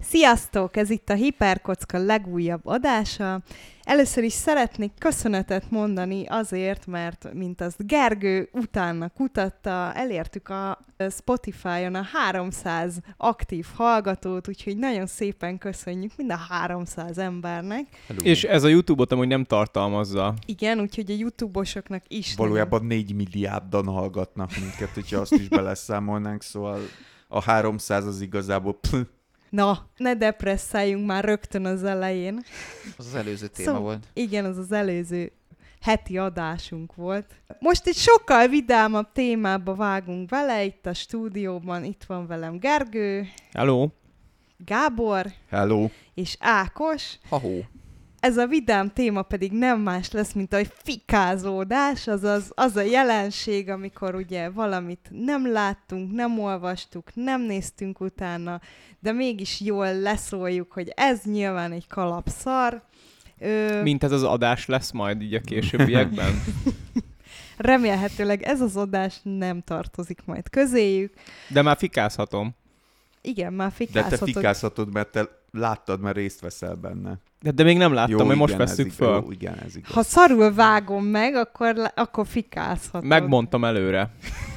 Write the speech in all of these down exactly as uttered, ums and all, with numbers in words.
Sziasztok! Ez itt a Hiperkocka legújabb adása. Először is szeretnék köszönetet mondani azért, mert mint azt Gergő utána kutatta, elértük a Spotify-on a háromszáz aktív hallgatót, úgyhogy nagyon szépen köszönjük mind a háromszáz embernek. Hello. És ez a YouTube-ot amúgy nem tartalmazza. Igen, úgyhogy a YouTube-osoknak is. Valójában négy milliárdan hallgatnak minket, hogyha azt is beleszámolnánk, szóval a háromszáz az igazából... Pff. Na, ne depresszáljunk már rögtön az elején. Az az előző téma Szóval, volt. Igen, az az előző heti adásunk volt. Most egy sokkal vidámabb témába vágunk bele, itt a stúdióban, itt van velem Gergő, Hello. Gábor Hello. és Ákos. Ha-hó. Ez a vidám téma pedig nem más lesz, mint a fikázódás, azaz az a jelenség, amikor ugye valamit nem láttunk, nem olvastuk, nem néztünk utána, de mégis jól leszóljuk, hogy ez nyilván egy kalapszar. Ö... Mint ez az adás lesz majd így a későbbiekben. Remélhetőleg ez az adás nem tartozik majd közéjük. De már fikázhatom. Igen, már De fikázhatod. te fikázhatod, mert te láttad, mert részt veszel benne. De, de még nem láttam, Jó, hogy most igen, vesszük ez föl. Jó, igen, ez igaz. Ha szarul vágom meg, akkor, akkor fikázhatod. Megmondtam előre.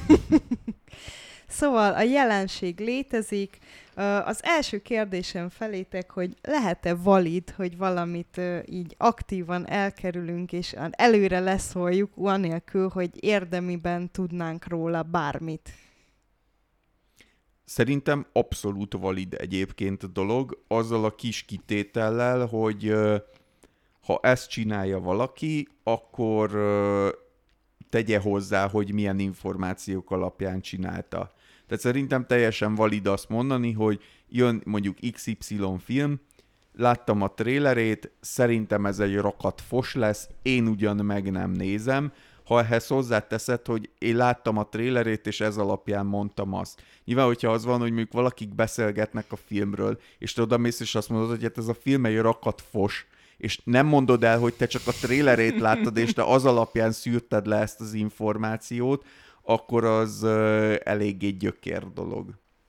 Szóval a jelenség létezik. Az első kérdésem felétek, hogy lehet-e valid, hogy valamit így aktívan elkerülünk, és előre leszóljuk, anélkül, hogy érdemiben tudnánk róla bármit? Szerintem abszolút valid egyébként a dolog, azzal a kis kitétellel, hogy uh, ha ezt csinálja valaki, akkor uh, tegye hozzá, hogy milyen információk alapján csinálta. Tehát szerintem teljesen valid azt mondani, hogy jön mondjuk iksz ipszilon film, láttam a trélerét, szerintem ez egy rakat fos lesz, én ugyan meg nem nézem, ha ehhez hozzáteszed, hogy én láttam a trélerét, és ez alapján mondtam azt. Nyilván, hogyha az van, hogy mondjuk valakik beszélgetnek a filmről, és te odamész, és azt mondod, hogy hát ez a film egy rakat fos, és nem mondod el, hogy te csak a trélerét láttad, és te az alapján szűrted le ezt az információt, akkor az uh, eléggé gyökér dolog.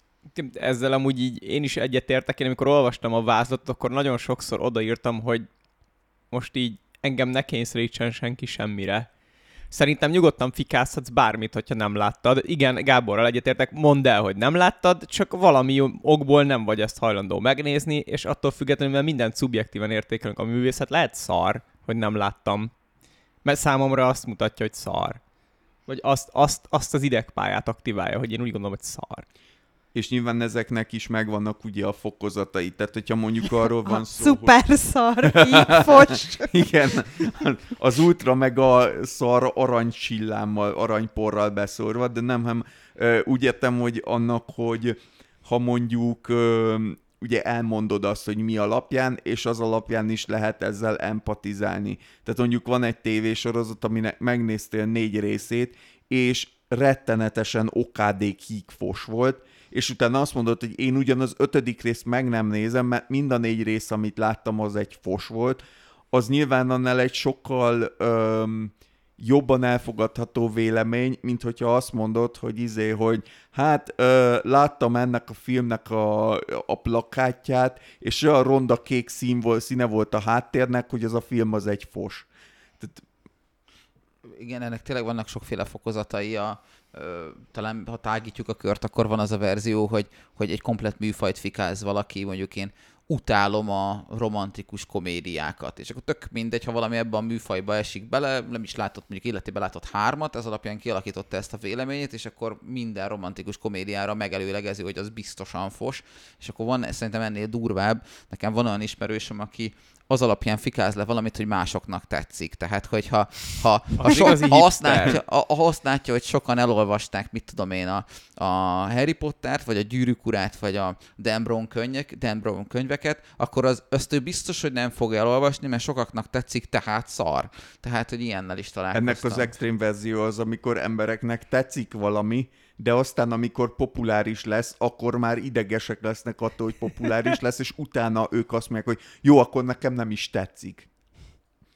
Ezzel amúgy így én is egyetértek, én amikor olvastam a vázlatot, akkor nagyon sokszor odaírtam, hogy most így engem ne kényszerítsen senki semmire. Szerintem nyugodtan fikázhatsz bármit, hogyha nem láttad. Igen, Gáborral egyetértek, mondd el, hogy nem láttad, csak valami okból nem vagy ezt hajlandó megnézni, és attól függetlenül, mert mindent szubjektíven értékelünk a művészet, lehet szar, hogy nem láttam. Mert számomra azt mutatja, hogy szar. Vagy azt, azt, azt az idegpályát aktiválja, hogy én úgy gondolom, hogy szar. És nyilván ezeknek is megvannak ugye a fokozatai. Tehát, hogyha mondjuk arról van szó, szuper hogy... szar, így fos. Igen, az ultra mega szar aranycsillámmal, aranyporral beszórva, de nem, hanem úgy értem, hogy annak, hogy ha mondjuk ugye elmondod azt, hogy mi alapján, és az alapján is lehet ezzel empatizálni. Tehát mondjuk van egy tévésorozat, aminek megnéztél négy részét, és rettenetesen okádékig fos volt, és utána azt mondod, hogy én ugyan az ötödik részt meg nem nézem, mert mind a négy rész, amit láttam, az egy fos volt, az nyilván annál egy sokkal öm, jobban elfogadható vélemény, mint hogyha azt mondod, hogy izé, hogy hát ö, láttam ennek a filmnek a, a plakátját, és olyan ronda kék szín volt, színe volt a háttérnek, hogy az a film az egy fos. Tehát... Igen, ennek tényleg vannak sokféle fokozatai. A, ö, talán ha tágítjuk a kört, akkor van az a verzió, hogy, hogy egy komplett műfajt fikáz valaki, mondjuk én utálom a romantikus komédiákat, és akkor tök mindegy, ha valami ebben a műfajba esik bele, nem is látott, mondjuk életében látott hármat, ez alapján kialakította ezt a véleményét, és akkor minden romantikus komédiára megelőlegezi, hogy az biztosan fos, és akkor van szerintem ennél durvább, nekem van olyan ismerősöm, aki az alapján fikáz le valamit, hogy másoknak tetszik. Tehát, hogyha ha, ha, so, ha, azt látja, ha azt látja, hogy sokan elolvasták, mit tudom én, a, a Harry Pottert, vagy a Gyűrűk urát, vagy a Dan Brown, könyvek, Dan Brown könyveket, akkor az, azt ő biztos, hogy nem fog elolvasni, mert sokaknak tetszik, tehát szar. Tehát, hogy ilyennel is találkoztam. Ennek az extrém verzió az, amikor embereknek tetszik valami, de aztán, amikor populáris lesz, akkor már idegesek lesznek attól, hogy populáris lesz, és utána ők azt mondják, hogy jó, akkor nekem nem is tetszik.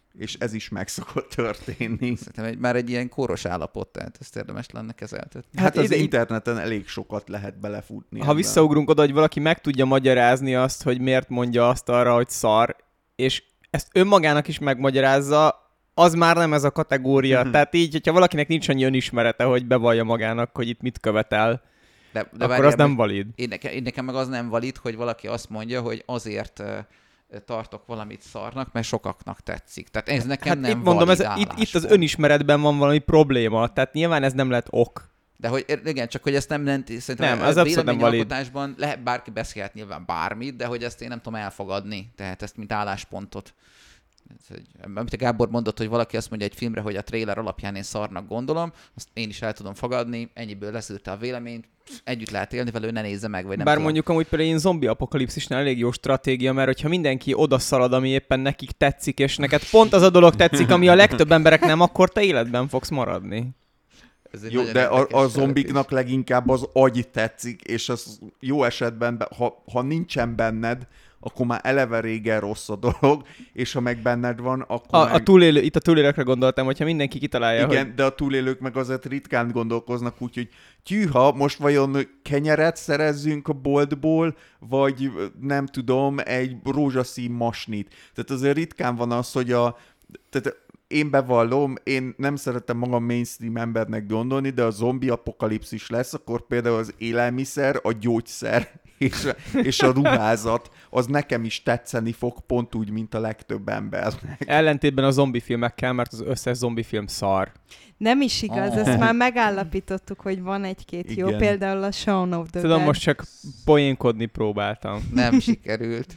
És ez is meg szokott történni. Szerintem egy, már egy ilyen kóros állapot, tehát ezt érdemes lenne kezeltetni. Hát az ide- interneten elég sokat lehet belefutni. Ha ebben. visszaugrunk oda, hogy valaki meg tudja magyarázni azt, hogy miért mondja azt arra, hogy szar, és ezt önmagának is megmagyarázza, az már nem ez a kategória. Mhm. Tehát így, hogyha valakinek nincs annyi önismerete, hogy bevallja magának, hogy itt mit követel, De, de akkor várjál, az nem meg- valid. Én nekem, én nekem meg az nem valid, hogy valaki azt mondja, hogy azért uh, tartok valamit szarnak, mert sokaknak tetszik. Tehát ez nekem Hát nem itt mondom, ez, valid itt, itt az álláspont. önismeretben van valami probléma, tehát nyilván ez nem lett ok. De hogy igen, csak hogy ezt nem lenti, szerintem Nem, ez abszolút nem valid. véleményalkotásban lehet bárki beszélhet nyilván bármit, de hogy ezt én nem tudom elfogadni, tehát ezt mint álláspontot. Ez, hogy, amit a Gábor mondott, hogy valaki azt mondja egy filmre, hogy a trailer alapján én szarnak gondolom, azt én is el tudom fogadni, ennyiből leszűrte a véleményt, együtt lehet élni vele, ő ne nézze meg, vagy nem Bár tudom. mondjuk amúgy például én zombi apokalipszisnál elég jó stratégia, mert hogyha mindenki odaszalad, ami éppen nekik tetszik, és neked pont az a dolog tetszik, ami a legtöbb emberek nem, akkor te életben fogsz maradni. Ez egy Jó, nagyon de a, érdekes a zombiknak leginkább az agy tetszik, és az jó esetben, be- ha, ha nincsen benned, akkor már eleve régen rossz a dolog, és ha meg benned van, akkor A, meg... a túlélő, itt a túlélőkre gondoltam, hogyha mindenki kitalálja, Igen, hogy de a túlélők meg azért ritkán gondolkoznak úgy, hogy tyűha, most vajon kenyeret szerezzünk a boltból, vagy nem tudom, egy rózsaszín masnit. Tehát azért ritkán van az, hogy a... Tehát én bevallom, én nem szeretem magam mainstream embernek gondolni, de a zombi apokalipszis lesz, akkor például az élelmiszer, a gyógyszer és a, és a ruházat, az nekem is tetszeni fog, pont úgy, mint a legtöbb embernek. ellentétben a zombi filmekkel, mert az összes zombi film szar. Nem is igaz, Oh. ezt már megállapítottuk, hogy van egy-két jó, Igen. például a Shaun of the Tudom, Dead. most csak poénkodni próbáltam. Nem sikerült.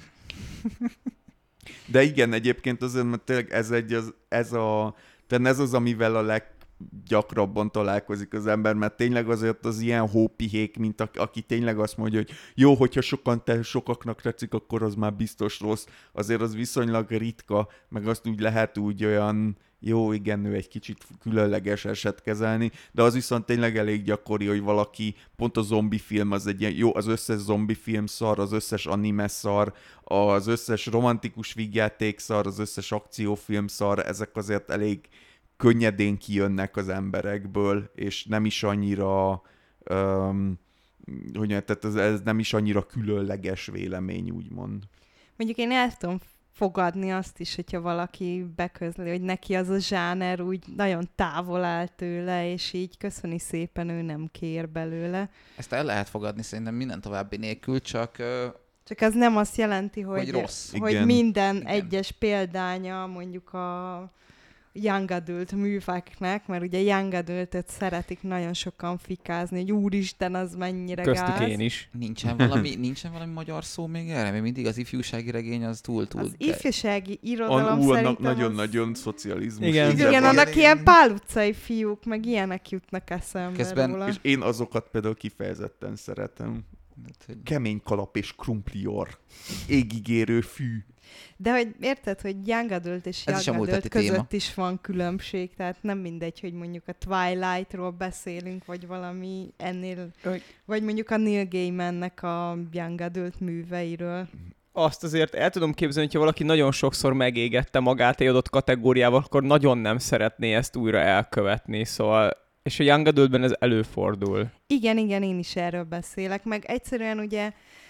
De igen, egyébként azért, mert tényleg ez, egy, az, ez, a, tehát ez az, amivel a leggyakrabban találkozik az ember, mert tényleg azért az ilyen hópihék, mint a, aki tényleg azt mondja, hogy jó, hogyha sokan te, sokaknak tetszik, akkor az már biztos rossz. Azért az viszonylag ritka, meg azt úgy lehet úgy olyan, jó, igen, ő egy kicsit különleges eset kezelni, de az viszont tényleg elég gyakori, hogy valaki, pont a zombi film az egy ilyen, jó, az összes zombi film szar, az összes anime szar, az összes romantikus vígjáték szar, az összes akciófilm szar, ezek azért elég könnyedén kijönnek az emberekből, és nem is annyira, um, hogy mondjam, tehát ez, ez nem is annyira különleges vélemény, úgymond. Mondjuk én el tudom fogadni azt is, hogyha valaki beközli, hogy neki az a zsáner úgy nagyon távol áll tőle, és így köszöni szépen, ő nem kér belőle. Ezt el lehet fogadni szerintem minden további nélkül, csak ö, Csak az nem azt jelenti, hogy, Hogy rossz. hogy Igen. minden Igen. egyes példánya mondjuk a young adult műveknek, mert ugye young adult-et szeretik nagyon sokan fikázni, hogy úristen, az mennyire Köztük gáz. én is. nincsen valami, nincsen valami magyar szó még erre? Még mindig az ifjúsági regény az túl-túl. Az ifjúsági irodalom An, ú, annak szerintem az... nagyon-nagyon szocializmus. Igen. íze Igen, van. annak ilyen pál utcai fiúk, meg ilyenek jutnak eszembe Közben- róla. És én azokat például kifejezetten szeretem. Hát, hogy Kemény kalap és krumplior. Égigérő fű. De hogy érted, hogy young adult és Ez is a young múlt adult heti téma. között is van különbség, tehát nem mindegy, hogy mondjuk a Twilight-ról beszélünk, vagy valami ennél, Hogy- vagy mondjuk a Neil Gaimannek a young adult műveiről. Azt azért el tudom képzelni, hogyha valaki nagyon sokszor megégette magát egy adott kategóriával, akkor nagyon nem szeretné ezt újra elkövetni, szóval... És a young adultben ez előfordul. Igen, igen, én is erről beszélek, meg egyszerűen ugye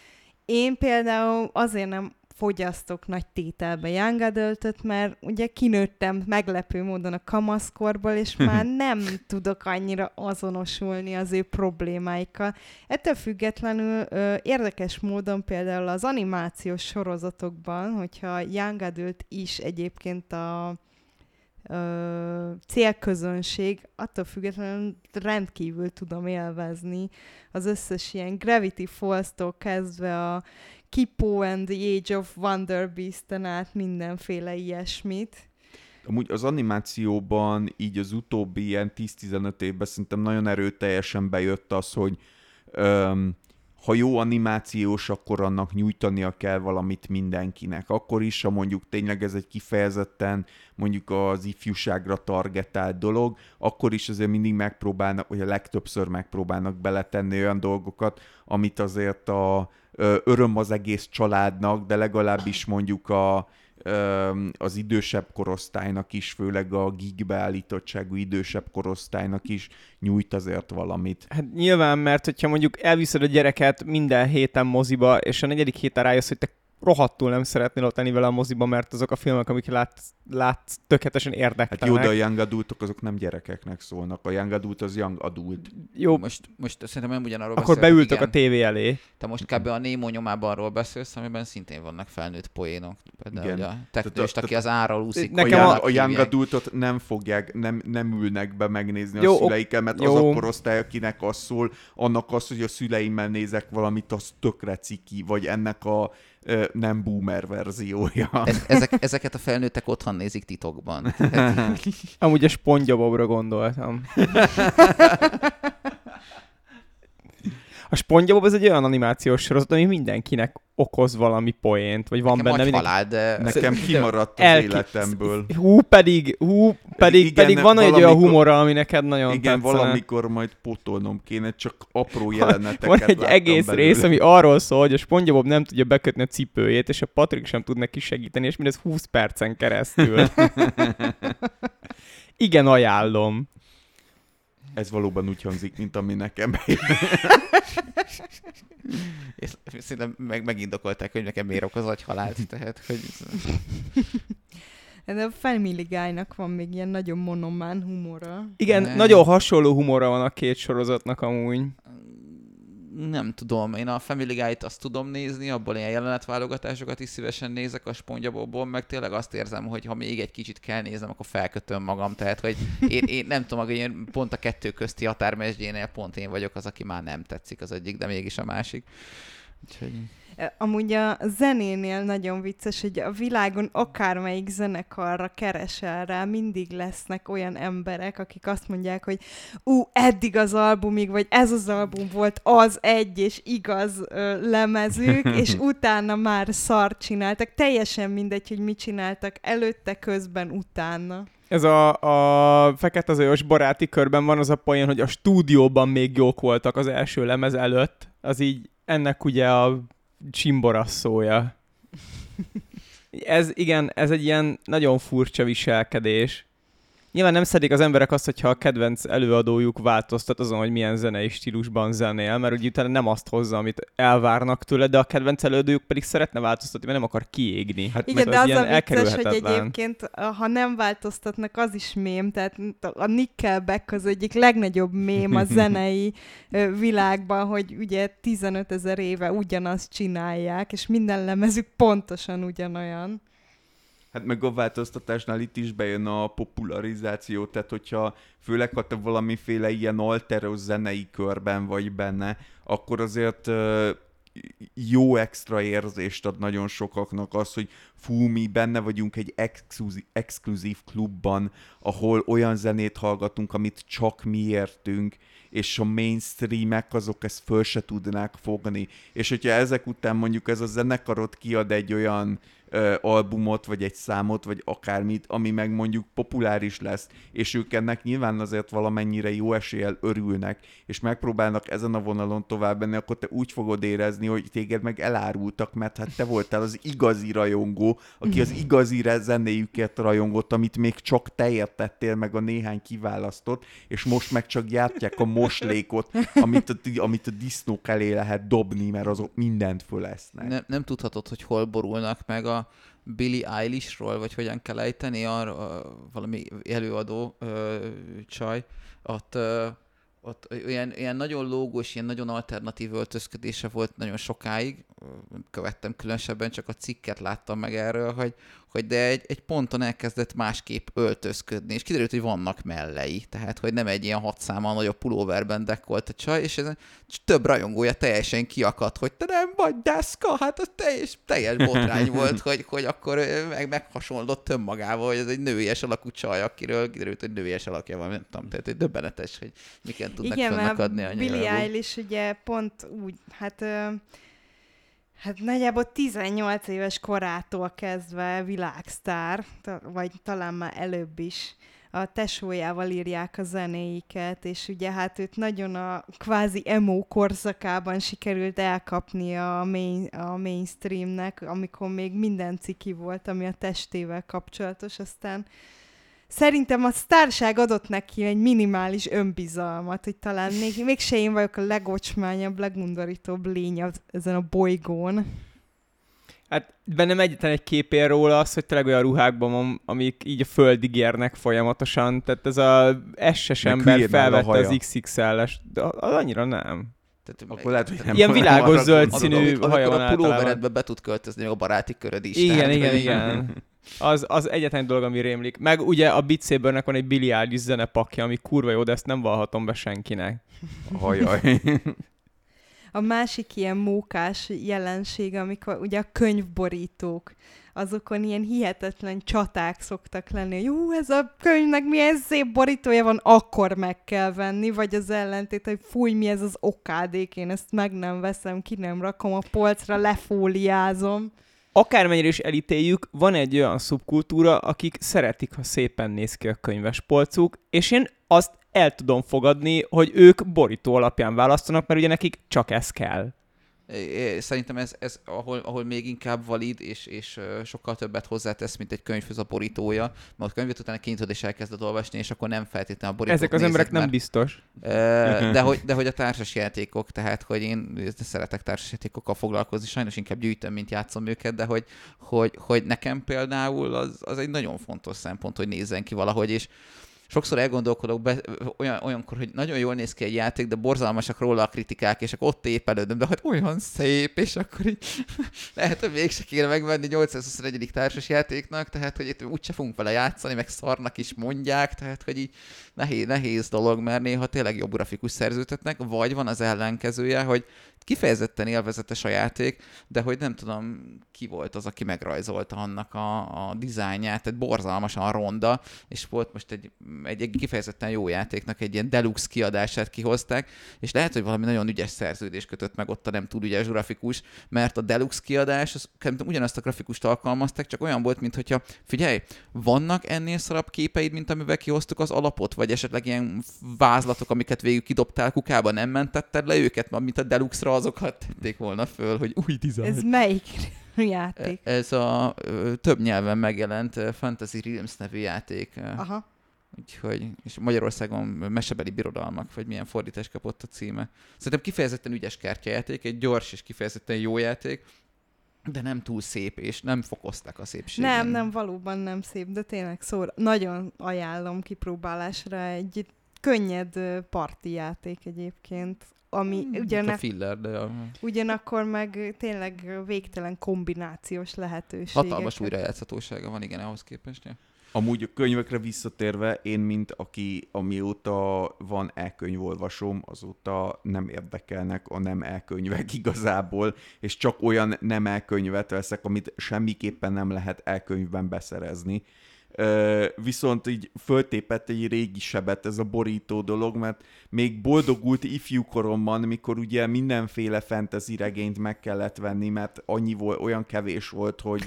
én például azért nem fogyasztok nagy tételbe young adultot, mert ugye kinőttem meglepő módon a kamaszkorból, és már nem tudok annyira azonosulni az ő problémáikkal. Ettől függetlenül ö, érdekes módon például az animációs sorozatokban, hogyha young adult is egyébként a ö, célközönség, attól függetlenül rendkívül tudom élvezni az összes ilyen Gravity Falls-tól kezdve a Kipo and the Age of Wonder Beast-en át mindenféle ilyesmit. Amúgy az animációban így az utóbbi ilyen tíz-tizenöt évben szerintem nagyon erőteljesen bejött az, hogy öm, ha jó animációs, akkor annak nyújtania kell valamit mindenkinek. Akkor is, ha mondjuk tényleg ez egy kifejezetten mondjuk az ifjúságra targetált dolog, akkor is azért mindig megpróbálnak, vagy a legtöbbször megpróbálnak beletenni olyan dolgokat, amit azért a ö, öröm az egész családnak, de legalábbis mondjuk a az idősebb korosztálynak is, főleg a geek beállítottságú idősebb korosztálynak is nyújt azért valamit. Hát nyilván, mert hogyha mondjuk elviszed a gyereket minden héten moziba, és a negyedik héten rájössz, hogy te rohadtul nem szeretnél ott lenni vele a moziba, mert azok a filmek, amik látsz, látsz tökéletesen érdektelenek. Hát jó, de a young adultok azok nem gyerekeknek szólnak. A young adult az young adult. Jó, most, most szerintem nem ugyanarról akkor beszélek, beültök igen. a tévé elé. Te most kb. A Nemo nyomában arról beszélsz, amiben szintén vannak felnőtt poénok. Például Igen. hogy a teknőst, aki az áról úszik. Nekem a, a- young, a young adultot nem fogják, nem, nem ülnek be megnézni Jó, a szüleikkel, mert jó. az a korosztály, akinek az szól, annak az, hogy a szüleimmel nézek valamit, az tökre ciki, vagy ennek a ö, nem boomer verziója. Ez, ezek, ezeket a felnőttek otthon nézik titokban. Amúgy a SpongeBobra gondoltam. A SpongeBob az egy olyan animációs sorozat, ami mindenkinek okoz valami poént, vagy van Nekem benne agy mindenki... halál, de... Nekem kimaradt az Elki- életemből. Hú, pedig, hú, pedig, igen, pedig van egy olyan valamikor- humora, ami neked nagyon Igen, tetszene. valamikor majd pótolnom kéne, csak apró jeleneteket Van egy láttam egész belőle. rész, ami arról szól, hogy a SpongeBob nem tudja bekötni a cipőjét, és a Patrick sem tud neki segíteni, és mindez húsz percen keresztül. Igen, ajánlom. Ez valóban úgy hangzik, mint ami nekem. És szerintem meg, megindokolták, hogy nekem miért okoz agyhalált, tehát, hogy... De a Family Guy-nak van még ilyen nagyon monomán humora. Igen, Ne. nagyon hasonló humora van a két sorozatnak amúgy. Nem tudom, én a Family Guy-t azt tudom nézni, abból ilyen jelenetválogatásokat is szívesen nézek, a SpongeBobból, meg tényleg azt érzem, hogy ha még egy kicsit kell néznem, akkor felkötöm magam, tehát hogy én, én nem tudom, hogy én pont a kettő közti határmesdjénél pont én vagyok az, aki már nem tetszik az egyik, de mégis a másik. Úgyhogy... Amúgy a zenénél nagyon vicces, hogy a világon akármelyik zenekarra keresel rá, mindig lesznek olyan emberek, akik azt mondják, hogy ú, eddig az albumig, vagy ez az album volt az egy és igaz ö, lemezük, és utána már szart csináltak. Teljesen mindegy, hogy mit csináltak előtte, közben, utána. Ez a, a Fekete Zajos baráti körben van az a poén, hogy a stúdióban még jók voltak az első lemez előtt. Az így ennek ugye a csimborasszója. Ez igen, ez egy ilyen nagyon furcsa viselkedés. Nyilván nem szedik az emberek azt, hogyha a kedvenc előadójuk változtat azon, hogy milyen zenei stílusban zenél, mert ugye utána nem azt hozza, amit elvárnak tőle, de a kedvenc előadójuk pedig szeretne változtatni, mert nem akar kiégni. Hát Igen, meg de az az ilyen a vicces, hogy elkerülhetetlen. egyébként, ha nem változtatnak, az is mém, tehát a Nickelback az egyik legnagyobb mém a zenei ö, világban, hogy ugye tizenöt ezer éve ugyanazt csinálják, és minden lemezük pontosan ugyanolyan. Hát meg a változtatásnál itt is bejön a popularizáció, tehát hogyha főleg ha te valamiféle ilyen alteros zenei körben vagy benne, akkor azért uh, jó extra érzést ad nagyon sokaknak az, hogy fú, mi benne vagyunk egy exkluzív, exkluzív klubban, ahol olyan zenét hallgatunk, amit csak mi értünk, és a mainstreamek azok ezt föl se tudnák fogni. És hogyha ezek után mondjuk ez a zenekarot kiad egy olyan ö, albumot, vagy egy számot, vagy akármit, ami meg mondjuk populáris lesz, és ők ennek nyilván azért valamennyire jó eséllyel örülnek, és megpróbálnak ezen a vonalon tovább menni, akkor te úgy fogod érezni, hogy téged meg elárultak, mert hát te voltál az igazi rajongó, aki az igazi zenéjüket rajongott, amit még csak te értettél meg a néhány kiválasztott, és most meg csak gyártják a moslékot, amit a, amit a disznók elé lehet dobni, mert azok mindent fölesznek. Nem, nem tudhatod, hogy hol borulnak meg a Billie Eilishról, vagy hogyan kell ejteni, arra valami előadó ö, csaj, ott, ö, ott ilyen, ilyen nagyon lógós, ilyen nagyon alternatív öltözködése volt nagyon sokáig, követtem különösebben, csak a cikket láttam meg erről, hogy, hogy de egy, egy ponton elkezdett másképp öltözködni, és kiderült, hogy vannak mellei, tehát hogy nem egy ilyen hat számmal nagyobb pulóverben dekkolt a csaj, és ez több rajongója teljesen kiakadt, hogy te nem vagy deszka, hát az teljes, teljes botrány volt, hogy, hogy akkor meg, meghasonlott önmagával, hogy ez egy nőies alakú csaj, akiről kiderült, hogy nőies alakja van, nem tudom, tehát egy döbbenetes, hogy miken tudnak Igen, fennakadni mert annyira. Billie Eilish ugye pont úgy, hát... Ö... Hát nagyjából tizennyolc éves korától kezdve világsztár, vagy talán már előbb is. A tesójával írják a zenéiket, és ugye hát őt nagyon a kvázi emo korszakában sikerült elkapni a, main, a mainstreamnek, amikor még minden ciki volt, ami a testével kapcsolatos, aztán szerintem a sztárság adott neki egy minimális önbizalmat, hogy talán még, mégse én vagyok a legocsmányabb, legundorítóbb lény az, ezen a bolygón. Hát bennem egyetlen egy kép ér róla az, hogy tényleg olyan ruhákban van, amik így a földig érnek folyamatosan. Tehát ez a es-es ember felvette az iksz iksz el-es, de az annyira nem. Tehát, akkor lehet, hogy nem ilyen világos zöld színű haja van általában. A pulóveredbe be tud költözni a baráti köröd is. Igen, tehát, igen, hogy... igen. Az, az egyetlen dolog, ami rémlik. Meg ugye a Beat Sabernek van egy Billie Eilish zenepakja, ami kurva jó, de ezt nem vallhatom be senkinek. Hajaj. A másik ilyen mókás jelenség, amikor ugye a könyvborítók, azokon ilyen hihetetlen csaták szoktak lenni, hogy jó, ez a könyvnek milyen szép borítója van, akkor meg kell venni, vagy az ellentét, hogy fúj, mi ez az okádék, én ezt meg nem veszem, ki nem rakom a polcra, lefóliázom. Akármennyire is elítéljük, van egy olyan szubkultúra, akik szeretik, ha szépen néz ki a könyves polcuk, és én azt el tudom fogadni, hogy ők borító alapján választanak, mert ugye nekik csak ez kell. Szerintem ez, ez ahol, ahol még inkább valid, és, és sokkal többet hozzátesz, mint egy könyvhöz a borítója, mert a könyvet utána kinyitod és elkezded olvasni, és akkor nem feltétlenül a borítót Ezek az nézed, emberek nem mert, biztos. De hogy, de hogy a társasjátékok, tehát hogy én szeretek társasjátékokkal foglalkozni, sajnos inkább gyűjtöm, mint játszom őket, de hogy, hogy, hogy nekem például az, az egy nagyon fontos szempont, hogy nézzen ki valahogy, és sokszor elgondolkodok be, olyan, olyankor, hogy nagyon jól néz ki egy játék, de borzalmasak róla a kritikák, és akkor ott tépelődöm, de hogy olyan szép, és akkor így lehet, hogy mégse kéne megvenni nyolcszázhuszonegyedik társas játéknak, tehát hogy itt úgyse fogunk vele játszani, meg szarnak is mondják, tehát hogy így nehéz, nehéz dolog, mert néha tényleg jobb grafikus szerződtetnek, vagy van az ellenkezője, hogy kifejezetten élvezetes a játék, de hogy nem tudom, ki volt az, aki megrajzolta annak a, a dizájnját, tehát borzalmasan ronda, és volt most egy, egy, egy kifejezetten jó játéknak egy ilyen deluxe kiadását kihozták, és lehet, hogy valami nagyon ügyes szerződés kötött meg ott a nem túl ügyes grafikus, mert a deluxe kiadás, az, ugyanazt a grafikust alkalmazták, csak olyan volt, mint hogyha, figyelj, vannak ennél szarabb képeid, mint amivel kihoztuk az alapot, vagy esetleg ilyen vázlatok, amiket végül kidobtál kukába, nem mentetted le őket, mint a deluxe-ra azokat tették volna föl, hogy új dizájn. Ez melyik játék? Ez a ö, több nyelven megjelent Fantasy Realms nevű játék. Aha. Úgyhogy, és Magyarországon Mesebeli Birodalmak, vagy milyen fordítás kapott a címe. Szerintem kifejezetten ügyes kártyajáték, egy gyors és kifejezetten jó játék, de nem túl szép, és nem fokozták a szépségen. Nem, nem, valóban nem szép, de tényleg szóra. Nagyon ajánlom kipróbálásra egy könnyed parti játék egyébként, ami hmm, ugyanak, a filler, de a... ugyanakkor meg tényleg végtelen kombinációs lehetőségek. Hatalmas újrajátszhatósága van, igen, ahhoz képest. Ja. Amúgy a könyvekre visszatérve, én, mint aki amióta van e-könyvolvasom, azóta nem érdekelnek a nem e-könyvek igazából, és csak olyan nem e-könyvet veszek, amit semmiképpen nem lehet e-könyvben beszerezni. Uh, viszont így föltépett egy régi sebet ez a borító dolog, mert még boldogult ifjúkoromban, mikor ugye mindenféle fantasy regényt meg kellett venni, mert annyi volt, olyan kevés volt, hogy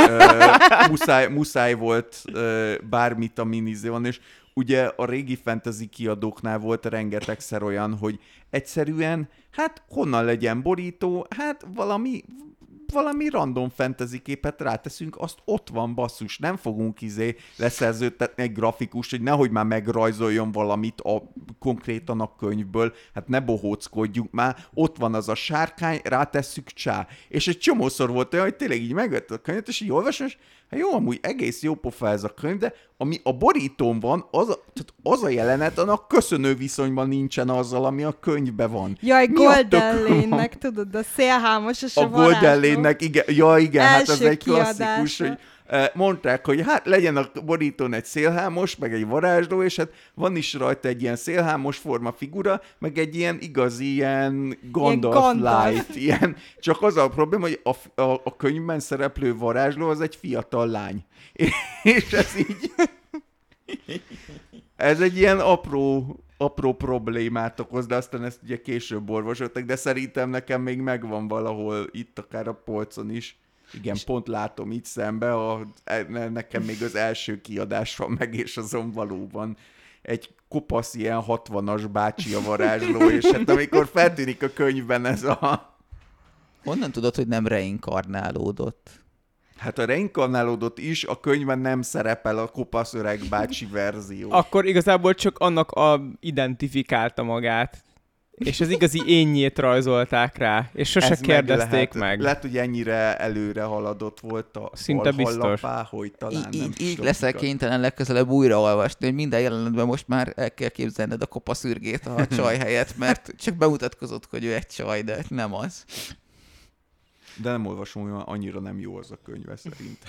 uh, muszáj, muszáj volt uh, bármit a minizón, és ugye a régi fantasy kiadóknál volt rengetegszer olyan, hogy egyszerűen, hát honnan legyen borító, hát valami... valami random fantasy képet ráteszünk, azt ott van, basszus, nem fogunk izé leszerződtetni egy grafikust, hogy nehogy már megrajzoljon valamit a, konkrétan a könyvből, hát ne bohóckodjunk már, ott van az a sárkány, rátesszük csá. És egy csomószor volt olyan, hogy tényleg így megvette a könyvet, és így olvasom, és hát jó, amúgy egész jó pofa ez a könyv, de ami a borítón van, az a, tehát az a jelenet, annak köszönő viszonyban nincsen azzal, ami a könyvben van. Jaj, Golden Lane-nek, tudod, a szélhámos és a, a Golden Lane-nek, igen, ja igen, első hát ez egy kiadása. klasszikus, hogy mondták, hogy hát legyen a borítón egy szélhámos, meg egy varázsló, és hát van is rajta egy ilyen szélhámos forma figura, meg egy ilyen igazi ilyen Gandalf, ilyen Gandalf. light, ilyen. Csak az a probléma, hogy a, a, a könyvben szereplő varázsló az egy fiatal lány. És ez így... Ez egy ilyen apró apró problémát okoz, de aztán ezt ugye később orvosoltak, de szerintem nekem még megvan valahol itt, akár a polcon is. Igen, és pont látom itt szembe, a, nekem még az első kiadás van meg, és azon valóban egy kopasz ilyen hatvanas bácsi a varázsló, és hát amikor feltűnik a könyvben ez a... Honnan tudod, hogy nem reinkarnálódott? Hát a reinkarnálódott is, a könyvben nem szerepel a kopasz öreg bácsi verzió. Akkor igazából csak annak a identifikálta magát. És az igazi énjét rajzolták rá, és sose Ez kérdezték meg. Lehet, meg. lehet, hogy ennyire előre haladott volt a Szinte biztos. Lapá, hogy talán Í- nem így így leszel kénytelen legközelebb újraolvasni, hogy minden jelenetben most már el kell képzelned a kopaszürgét a csaj helyett, mert csak bemutatkozott, hogy ő egy csaj, de nem az. De nem olvasom, hogy annyira nem jó az a könyve szerint.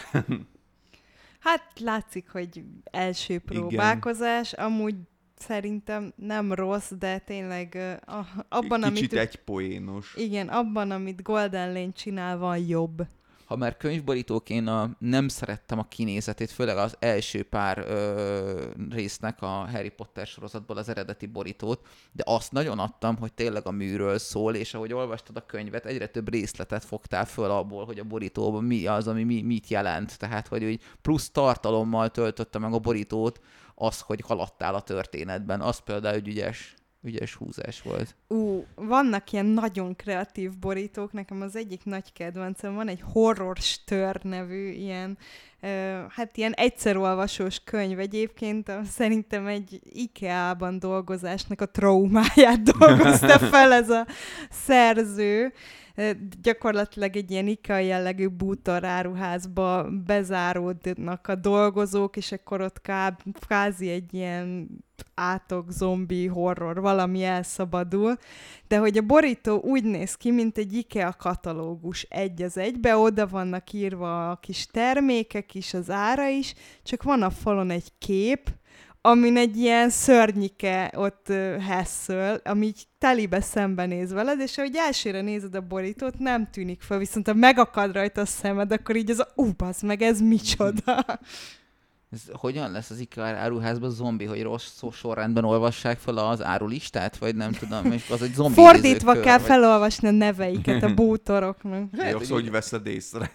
Hát látszik, hogy első próbálkozás, igen. Amúgy szerintem nem rossz, de tényleg uh, abban, Kicsit amit... egypoénos. Igen, abban, amit Golden Lane csinál, van jobb. Ha már könyvborítók, én a, nem szerettem a kinézetét, főleg az első pár ö, résznek a Harry Potter sorozatból az eredeti borítót, de azt nagyon adtam, hogy tényleg a műről szól, és ahogy olvastad a könyvet, egyre több részletet fogtál föl abból, hogy a borítóban mi az, ami mi, mit jelent. Tehát, hogy úgy plusz tartalommal töltötte meg a borítót az, hogy haladtál a történetben. Az például egy ügyes, ügyes húzás volt. Ú, vannak ilyen nagyon kreatív borítók, nekem az egyik nagy kedvencem van, egy Horror Stör nevű ilyen, uh, hát ilyen egyszerolvasós könyv egyébként, szerintem egy IKEA-ban dolgozásnak a traumáját dolgozta fel ez a szerző. Gyakorlatilag egy ilyen IKEA jellegű bútoráruházba bezáródnak a dolgozók, és akkor ott kázi egy ilyen átok, zombi, horror, valami elszabadul, de hogy a borító úgy néz ki, mint egy IKEA katalógus egy az egybe, oda vannak írva a kis termékek is, az ára is, csak van a falon egy kép, amin egy ilyen szörnyike ott uh, hesszöl, ami így telibe szembenéz veled, és ahogy elsőre nézed a borítót, nem tűnik fel, viszont ha megakad rajta a szemed, akkor így az a ú, basz meg, ez micsoda. Ez hogyan lesz az IKEA áruházban zombi, hogy rossz sorrendben olvassák fel az árulistát, vagy nem tudom, és az egy zombi Fordítva nézőkör, kell vagy... felolvasni a neveiket a bútoroknak. Lehet, hogy, hogy veszed észre.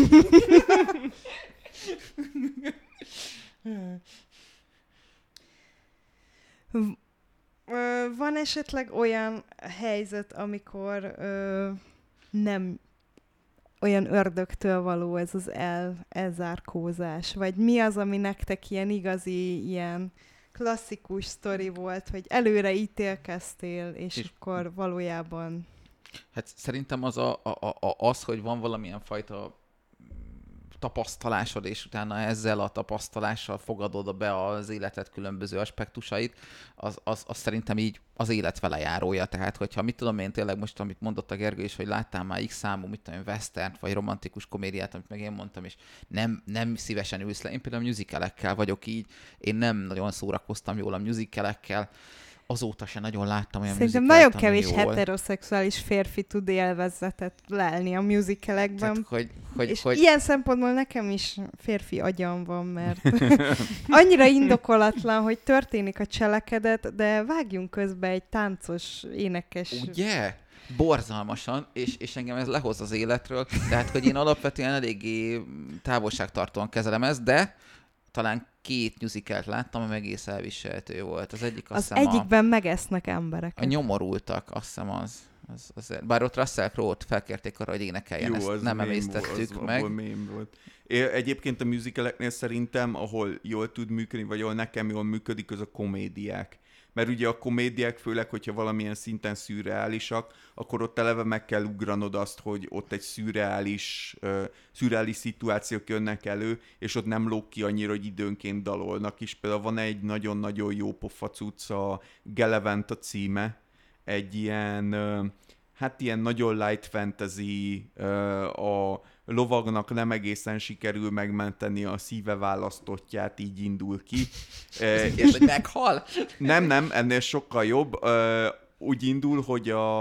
Van esetleg olyan helyzet, amikor ö, nem olyan ördögtől való ez az el, elzárkózás? Vagy mi az, ami nektek ilyen igazi, ilyen klasszikus sztori volt, hogy előre ítélkeztél, és, és akkor valójában... Hát szerintem az, a, a, a, az, hogy van valamilyen fajta tapasztalásod, és utána ezzel a tapasztalással fogadod be az életed különböző aspektusait, az, az, az szerintem így az élet vele járója. Tehát, hogyha mit tudom én tényleg most, amit mondott a Gergő is, hogy láttál már X számú, mit tudom én, western vagy romantikus komédiát, amit meg én mondtam, és nem, nem szívesen ülsz le. Én például musicalekkel vagyok így, én nem nagyon szórakoztam jól a musicalekkel, azóta se nagyon láttam olyan Szerintem musicalt, nagyon kevés jól... heteroszexuális férfi tud élvezetet lelni a musicalekben. Tehát, hogy, hogy, és hogy... ilyen szempontból nekem is férfi agyam van, mert annyira indokolatlan, hogy történik a cselekedet, de vágjunk közbe egy táncos, énekes... Ugye? Borzalmasan, és, és engem ez lehoz az életről, tehát, hogy én alapvetően eléggé távolságtartóan kezelem ezt, de talán két musicalt láttam, ami egész elviselhető volt. Az egyik azt Az hiszem egyikben a, megesznek embereket. a nyomorultak, azt hiszem az. az, az bár ott Russell Crowe-t felkérték arra, hogy énekeljen, Jó, ezt az nem mém emésztettük volt, meg. Az mém volt. É, egyébként a musicaleknél szerintem, ahol jól tud működni, vagy ahol nekem jól működik, az a komédiák. Mert ugye a komédiák, főleg, hogyha valamilyen szinten szürreálisak, akkor ott eleve meg kell ugranod azt, hogy ott egy szürreális, uh, szürreális szituációk jönnek elő, és ott nem lóg ki annyira, hogy időnként dalolnak is. Például van egy nagyon-nagyon jó pofa cucc, a Gelevent a címe, egy ilyen, uh, hát ilyen nagyon light fantasy, uh, a lovagnak nem egészen sikerül megmenteni a szíve választottját, így indul ki. És hogy meghal? Nem, nem, ennél sokkal jobb. Úgy indul, hogy a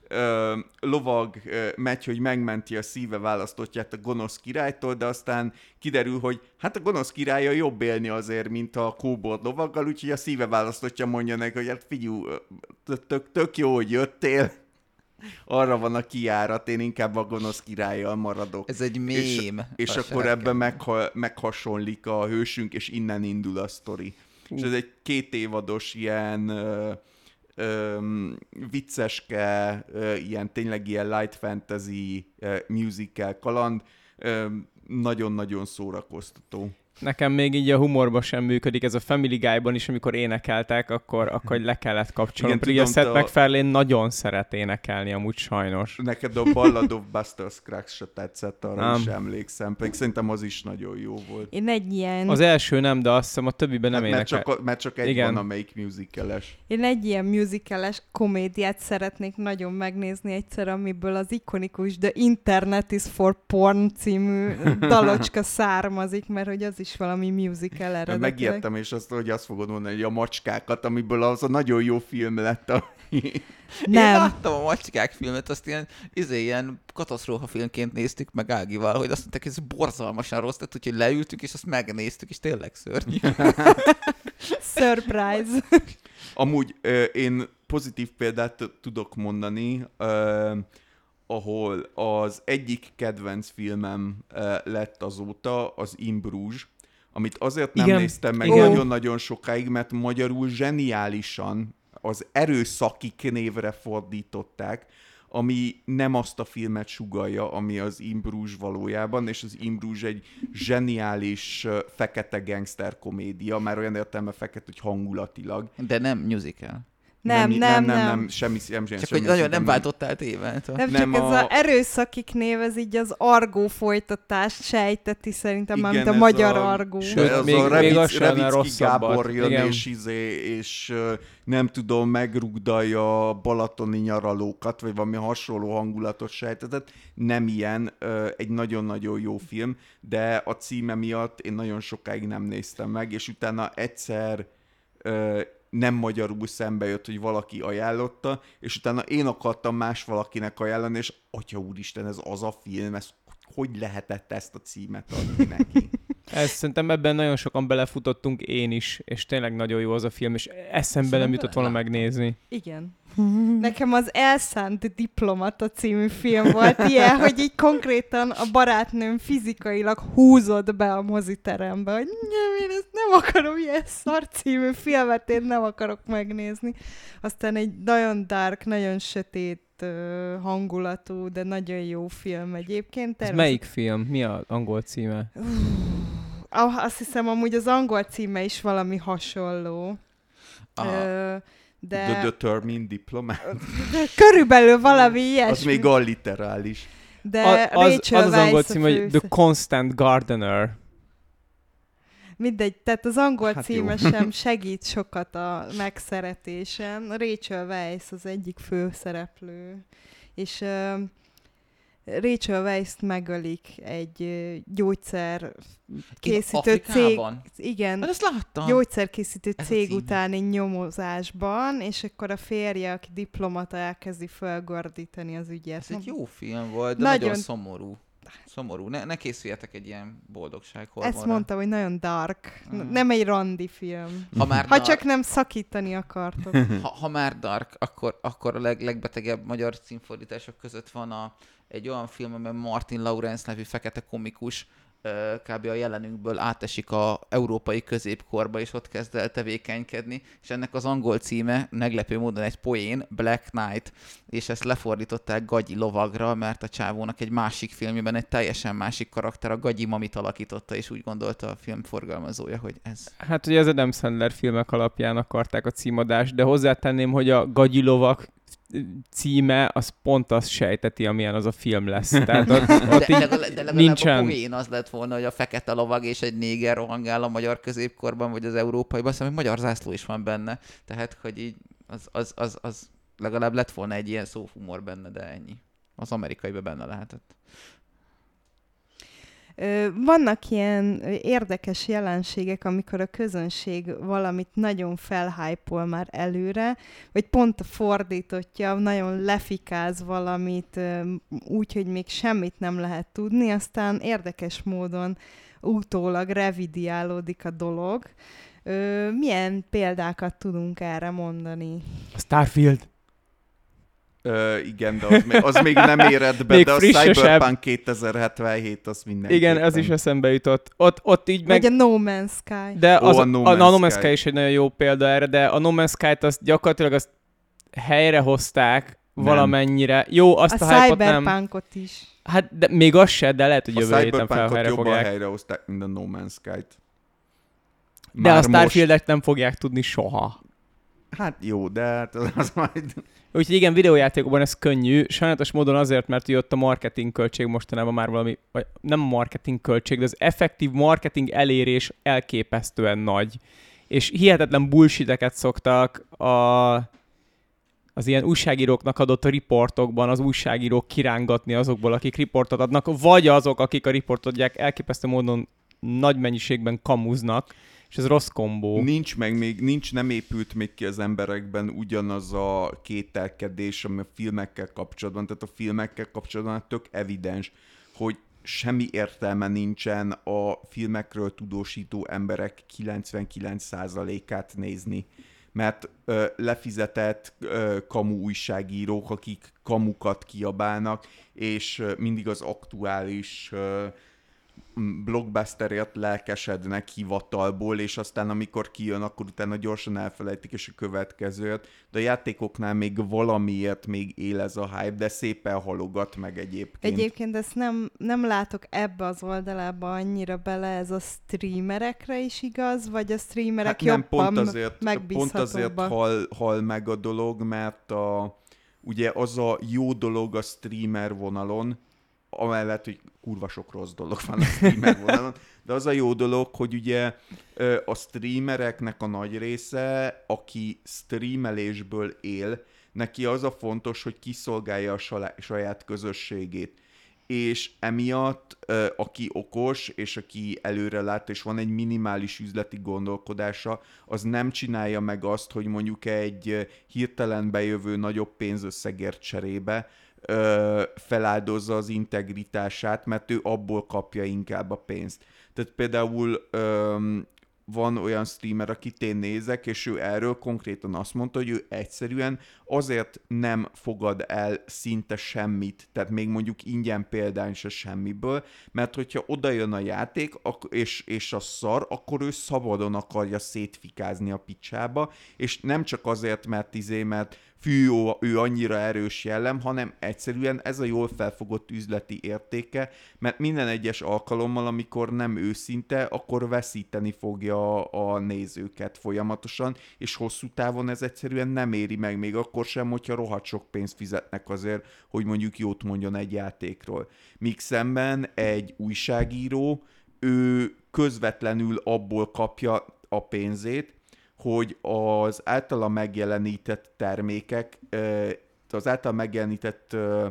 ö, lovag ö, megy, hogy megmenti a szíve választottját a gonosz királytól, de aztán kiderül, hogy hát a gonosz királya jobb élni azért, mint a kóbold lovaggal, úgyhogy a szíve választottja mondja neki, hogy hát figyú, tök, tök jó, hogy jöttél, arra van a kijárat, én inkább a gonosz királlyal maradok. Ez egy mém. És, és akkor ebben megha, meghasonlik a hősünk, és innen indul a sztori. Uh. És ez egy két évados ilyen ö, ö, vicceske, ö, ilyen tényleg ilyen light fantasy ö, musical kaland. Ö, nagyon-nagyon szórakoztató. Nekem még így a humorban sem működik, ez a Family Guy-ban is, amikor énekeltek, akkor, akkor le kellett kapcsolnom. Pedig a Seth MacFarlane nagyon szeret énekelni, amúgy sajnos. Neked a Ballad of Buster Scruggs se tetszett, arra nem. is emlékszem, pedig szerintem az is nagyon jó volt. Én egy ilyen... Az első nem, de azt hiszem a többiben nem hát, énekel. Mert csak, mert csak egy Igen. van, amelyik musical-es. Én egy ilyen musical-es komédiát szeretnék nagyon megnézni egyszer, amiből az ikonikus The Internet is for Porn című dalocska származik, mert hogy az is valami musical eredetileg. Megijedtem, és azt, hogy azt fogod mondani, hogy a macskákat, amiből az a nagyon jó film lett. A... Nem. Én láttam a Macskák filmet, azt ilyen, izé, ilyen katasztrófa filmként néztük meg Ágival, hogy azt mondták, hogy ez borzalmasan rossz, tehát úgyhogy leültük, és azt megnéztük, és tényleg szörnyű. Surprise! Amúgy ö, én pozitív példát tudok mondani, ö, ahol az egyik kedvenc filmem ö, lett azóta az In Bruges, amit azért nem Igen. néztem meg Igen. nagyon-nagyon sokáig, mert magyarul zseniálisan az Erőszakik névre fordították, ami nem azt a filmet sugallja, ami az In Bruges valójában, és az In Bruges egy zseniális uh, fekete gangster komédia, már olyan értelme fekete, hogy hangulatilag. De nem musical. Nem, nem, nem. nem, nem semmi, semmi, Csak semmi hogy nagyon nem váltottál tévát. Nem, Nem, csak ez a- az erőszakik név, ez így az argó folytatást sejteti szerintem, Igen, mint a ez magyar a- argó. Sőt, az még- a még Revic, az sem lenne Revicki rosszabbat. Gábor jön, Igen. és, izé, és ö, nem tudom, megrugdalja a balatoni nyaralókat, vagy valami hasonló hangulatot sejtetett. Nem ilyen, ö, egy nagyon-nagyon jó film, de a címe miatt én nagyon sokáig nem néztem meg, és utána egyszer ö, nem magyarul szembe jött, hogy valaki ajánlotta, és utána én akartam más valakinek ajánlani, és atya úristen, ez az a film, ez hogy lehetett ezt a címet adni neki? Ez, szerintem ebben nagyon sokan belefutottunk, én is, és tényleg nagyon jó az a film, és eszembe nem jutott volna megnézni. Igen. Nekem az Elszánt diplomata című film volt ilyen, hogy így konkrétan a barátnőm fizikailag húzott be a moziterembe, hogy nem, én ezt nem akarom, ilyen szar című filmet én nem akarok megnézni. Aztán egy nagyon dark, nagyon sötét uh, hangulatú, de nagyon jó film egyébként. Ez melyik film? Mi az angol címe? Ah, azt hiszem, amúgy az angol címe is valami hasonló. Ö, de... The Determined Diplomat? de körülbelül valami ilyesmi. Az még alliterális. De A, az, Rachel az az angol Weisz a cím, hogy fősz- The Constant Gardener. Mindegy, tehát az angol Hát címe jó. sem segít sokat a megszeretésen. Rachel Weisz az egyik főszereplő. És uh, Rachel Weisz-t megölik egy uh, gyógyszer készítő cég. Afrikában? Igen. Hát ezt láttam. Gyógyszerkészítő Ez a cég cím. utáni nyomozásban, és akkor a férje, aki diplomata, elkezdi felgordítani az ügyet. Ez egy jó film volt, de Nagyon- nagyon, szomorú. Szomorú. Ne, ne készüljetek egy ilyen boldogság Ezt mondtam, hogy nagyon dark. N- Nem egy randi film. Ha már Ha dark, csak nem szakítani akartok. ha, ha már dark, akkor, akkor a leg, legbetegebb magyar címfordítások között van a, egy olyan film, amiben Martin Lawrence nevű fekete komikus ö, kb. A jelenünkből átesik a európai középkorba, és ott kezd el tevékenykedni, és ennek az angol címe, meglepő módon egy poén, Black Knight, és ezt lefordították Gagyi lovagra, mert a csávónak egy másik filmjében egy teljesen másik karakter, a Gagyi Mamit alakította, és úgy gondolta a film forgalmazója, hogy ez... Hát ugye az Adam Sandler filmek alapján akarták a címadást, de hozzátenném, hogy a Gagyi lovak címe, az pont azt sejteti, amilyen az a film lesz. Tehát ott, ott De, így legalább, de legalább nincsen. a poén az lett volna, hogy a fekete lovag és egy néger rohangál a magyar középkorban, vagy az európaiban, azt hiszem, hogy magyar zászló is van benne. Tehát, hogy így az, az, az, az legalább lett volna egy ilyen szóhumor benne, de ennyi. Az amerikaiban benne lehetett. Vannak ilyen érdekes jelenségek, amikor a közönség valamit nagyon felhypol már előre, vagy pont a fordítottja, nagyon lefikáz valamit úgy, hogy még semmit nem lehet tudni, aztán érdekes módon utólag revidiálódik a dolog. Milyen példákat tudunk erre mondani? A Starfield. Ö, igen, de az még, az még nem érett be, de a Cyberpunk kétezer-hetvenhét az mindenképpen. Igen, az is eszembe jutott. Ott, ott így meg... Vagy a No Man's Sky. De az, Ó, a No Man's, a No Man's Sky. Sky is egy nagyon jó példa erre, de a No Man's Sky-t azt gyakorlatilag azt helyrehozták valamennyire. Jó, azt a, a hype-ot nem... Cyberpunkot is. Hát de még az se, de lehet, hogy A jövő héten fel Cyberpunkot helyre jobban fogják. helyrehozták, mint a No Man's Sky-t. De Már a Starfield-et most... nem fogják tudni soha. Hát jó, de hát az, az majd... Úgyhogy igen, videójátékokban ez könnyű. Sajnálatos módon azért, mert ugye ott a marketing költség mostanában már valami, vagy nem a marketing költség, de az effektív marketing elérés elképesztően nagy. És hihetetlen bullshiteket szoktak a, az ilyen újságíróknak adott riportokban az újságírók kirángatni azokból, akik riportot adnak, vagy azok, akik a riportot adják, elképesztő módon nagy mennyiségben kamuznak. És ez rossz kombó. Nincs meg még, nincs, nem épült még ki az emberekben ugyanaz a kételkedés, ami a filmekkel kapcsolatban, tehát a filmekkel kapcsolatban tök evidens, hogy semmi értelme nincsen a filmekről tudósító emberek kilencvenkilenc százalékát nézni. Mert ö, lefizetett ö, kamu újságírók, akik kamukat kiabálnak, és ö, mindig az aktuális ö, blockbusterért lelkesednek hivatalból, és aztán amikor kijön, akkor utána gyorsan elfelejtik, és a következőt. De a játékoknál még valamiért még él ez a hype, de szépen halogat meg egyébként. Egyébként ezt nem, nem látok ebbe az oldalába annyira bele, ez a streamerekre is igaz, vagy a streamerek hát nem, jobban pont azért, pont azért megbízhatóbbak? hal, hal meg a dolog, mert a, ugye az a jó dolog a streamer vonalon, amellett, hogy kurva sok rossz dolog van a streamer vonalon, de az a jó dolog, hogy ugye a streamereknek a nagy része, aki streamelésből él, neki az a fontos, hogy kiszolgálja a saját közösségét. És emiatt, aki okos, és aki előre lát, és van egy minimális üzleti gondolkodása, az nem csinálja meg azt, hogy mondjuk egy hirtelen bejövő nagyobb pénzösszegért cserébe Ö, feláldozza az integritását, mert ő abból kapja inkább a pénzt. Tehát például ö, van olyan streamer, akit én nézek, és ő erről konkrétan azt mondta, hogy ő egyszerűen azért nem fogad el szinte semmit, tehát még mondjuk ingyen példány se semmiből, mert hogyha oda jön a játék, és, és a szar, akkor ő szabadon akarja szétfikázni a picsába, és nem csak azért, mert izé, mert fű, jó, ő annyira erős jellem, hanem egyszerűen ez a jól felfogott üzleti értéke, mert minden egyes alkalommal, amikor nem őszinte, akkor veszíteni fogja a nézőket folyamatosan, és hosszú távon ez egyszerűen nem éri meg, még akkor sem, hogyha rohadt sok pénzt fizetnek azért, hogy mondjuk jót mondjon egy játékról. Míg szemben egy újságíró, ő közvetlenül abból kapja a pénzét, hogy az általa megjelenített termékek, az általa megjelenített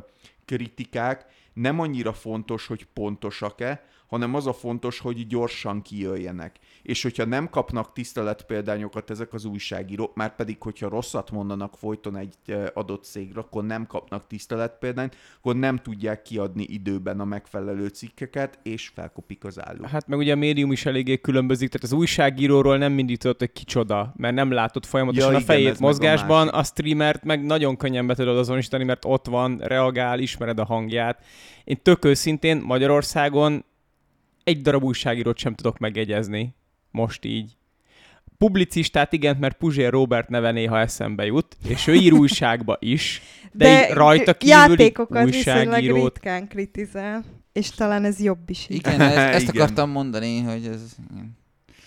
kritikák nem annyira fontos, hogy pontosak-e, hanem az a fontos, hogy gyorsan kijöjjenek. És hogyha nem kapnak tiszteletpéldányokat ezek az újságírók, már pedig, hogyha rosszat mondanak folyton egy adott cégre, akkor nem kapnak tiszteletpéldányt, akkor nem tudják kiadni időben a megfelelő cikkeket, és felkopik az álló. Hát meg ugye a médium is eléggé különbözik, tehát az újságíróról nem mindig tudod, hogy kicsoda, mert nem látod folyamatosan ja, a fejét igen, mozgásban, a, a streamert meg nagyon könnyen be tudod azonosítani, mert ott van, reagál, ismered a hangját. Én tök őszintén Magyarországon egy darab újságírót sem tudok megjegyezni. Most így. Publicistát igen, mert Puzsér Róbert neve néha eszembe jut, és ő ír újságba is, de, de rajta kívüli játékokat viszonylag újságírót... ritkán kritizál, és talán ez jobb is. Így. Igen, ez, ezt Igen. akartam mondani, hogy ez... Igen.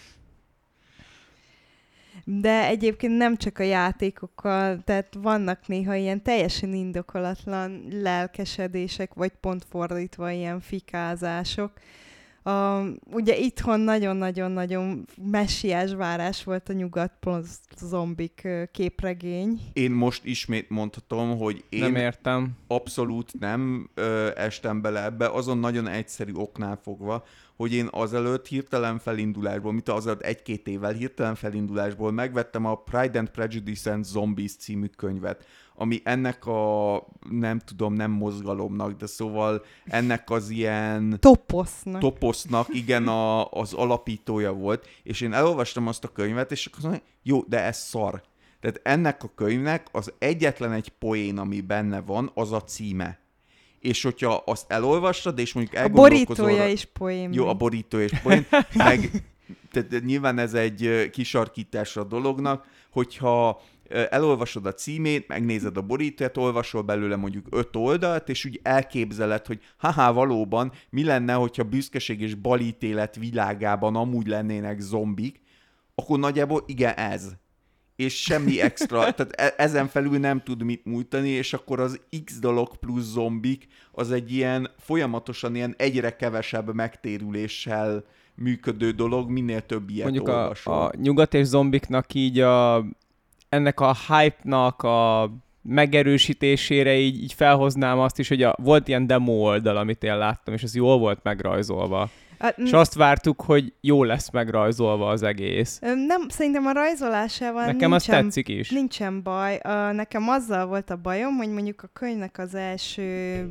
De egyébként nem csak a játékokkal, tehát vannak néha ilyen teljesen indokolatlan lelkesedések, vagy pont fordítva ilyen fikázások, A, ugye itthon nagyon-nagyon-nagyon messiás várás volt a Nyugat plusz zombik ö, képregény. Én most ismét mondhatom, hogy én Nem értem. abszolút nem ö, estem bele ebbe, azon nagyon egyszerű oknál fogva, hogy én azelőtt hirtelen felindulásból, mint azelőtt egy-két évvel hirtelen felindulásból megvettem a Pride and Prejudice and Zombies című könyvet, ami ennek a, nem tudom, nem mozgalomnak, de szóval ennek az ilyen Toposznak. toposznak, igen, a, az alapítója volt, és én elolvastam azt a könyvet, és akkor mondom, jó, de ez szar. Tehát ennek a könyvnek az egyetlen egy poén, ami benne van, az a címe. És hogyha azt elolvastad, és mondjuk A elgondolkozol... borítója is poém. Jó, a borítója is poén. Meg, tehát nyilván ez egy kisarkítás a dolognak, hogyha elolvasod a címét, megnézed a borítóját, olvasol belőle mondjuk öt oldalt, és úgy elképzeled, hogy haha, valóban mi lenne, hogyha büszkeség és balítélet világában amúgy lennének zombik, akkor nagyjából igen ez. És semmi extra, tehát ezen felül nem tud mit múltani, és akkor az X dolog plusz zombik, az egy ilyen folyamatosan ilyen egyre kevesebb megtérüléssel működő dolog, minél több ilyet Mondjuk olvasol. a, a nyugat és zombiknak így a, ennek a hype-nak a megerősítésére így, így felhoznám azt is, hogy a, volt ilyen demo oldal, amit én láttam, és ez jól volt megrajzolva. A, És azt vártuk, hogy jó lesz megrajzolva az egész. nem, szerintem a rajzolásával Nekem az nincsen, tetszik is. nincsen baj. A, nekem azzal volt a bajom, hogy mondjuk a könyvnek az első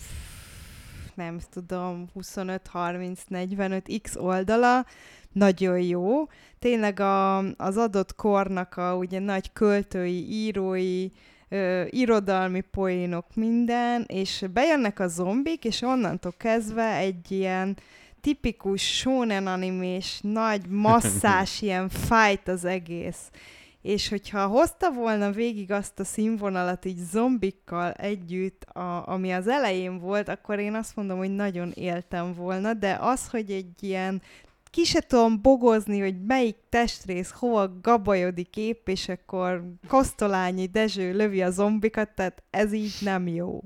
nem tudom, huszonöt harminc negyvenöt x oldala nagyon jó. Tényleg a, az adott kornak a ugye nagy költői, írói, ö, irodalmi poénok minden, és bejönnek a zombik, és onnantól kezdve egy ilyen tipikus shonen animés, nagy masszás ilyen fight az egész. És hogyha hozta volna végig azt a színvonalat így zombikkal együtt, a, ami az elején volt, akkor én azt mondom, hogy nagyon éltem volna, de az, hogy egy ilyen ki se tudom bogozni, hogy melyik testrész hova gabajodik épp, és akkor Kosztolányi Dezső lövi a zombikat, tehát ez így nem jó.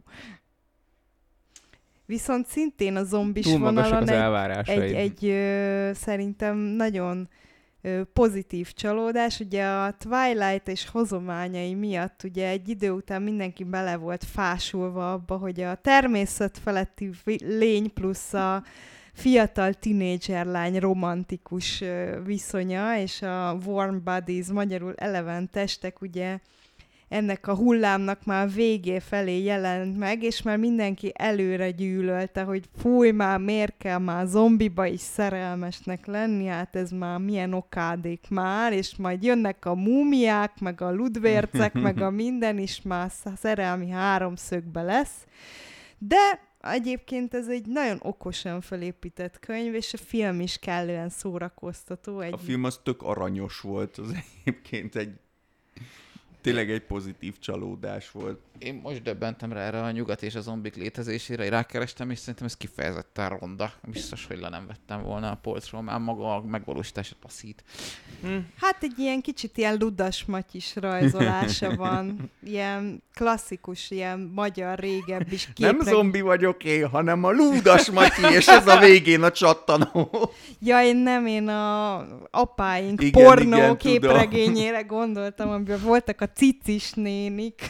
Viszont szintén a zombis Túl magasak vonalon az egy, egy, egy ö, szerintem nagyon ö, pozitív csalódás. Ugye a Twilight és hozományai miatt ugye egy idő után mindenki bele volt fásulva abba, hogy a természet feletti lény plusz a fiatal tinédzser lány romantikus ö, viszonya, és a warm bodies, magyarul eleven testek ugye ennek a hullámnak már a végé felé jelent meg, és már mindenki előre gyűlölte, hogy fúj már, miért kell már zombiba is szerelmesnek lenni, hát ez már milyen okádék már, és majd jönnek a múmiák, meg a ludvércek, meg a minden is már szerelmi háromszögbe lesz. De egyébként ez egy nagyon okosan felépített könyv, és a film is kellően szórakoztató. Egy... A film az tök aranyos volt, az egyébként egy tényleg egy pozitív csalódás volt. Én most döbbentem rá erre a nyugat és a zombik létezésére, hogy rákerestem, és szerintem ez kifejezetten ronda. Biztos, hogy le nem vettem volna a polcról, már maga a megvalósítása taszít. Hm. Hát egy ilyen kicsit ilyen ludas matyis rajzolása van. Ilyen klasszikus, ilyen magyar régebbi képek. Nem zombi vagyok én, hanem a Ludas Matyi, és ez a végén a csattanó. Ja, én nem, én a apáink igen, pornó igen, képregényére gondoltam, amiben voltak a cicis nénik.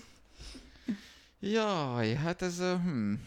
Jaj, hát ez... Uh, hmm.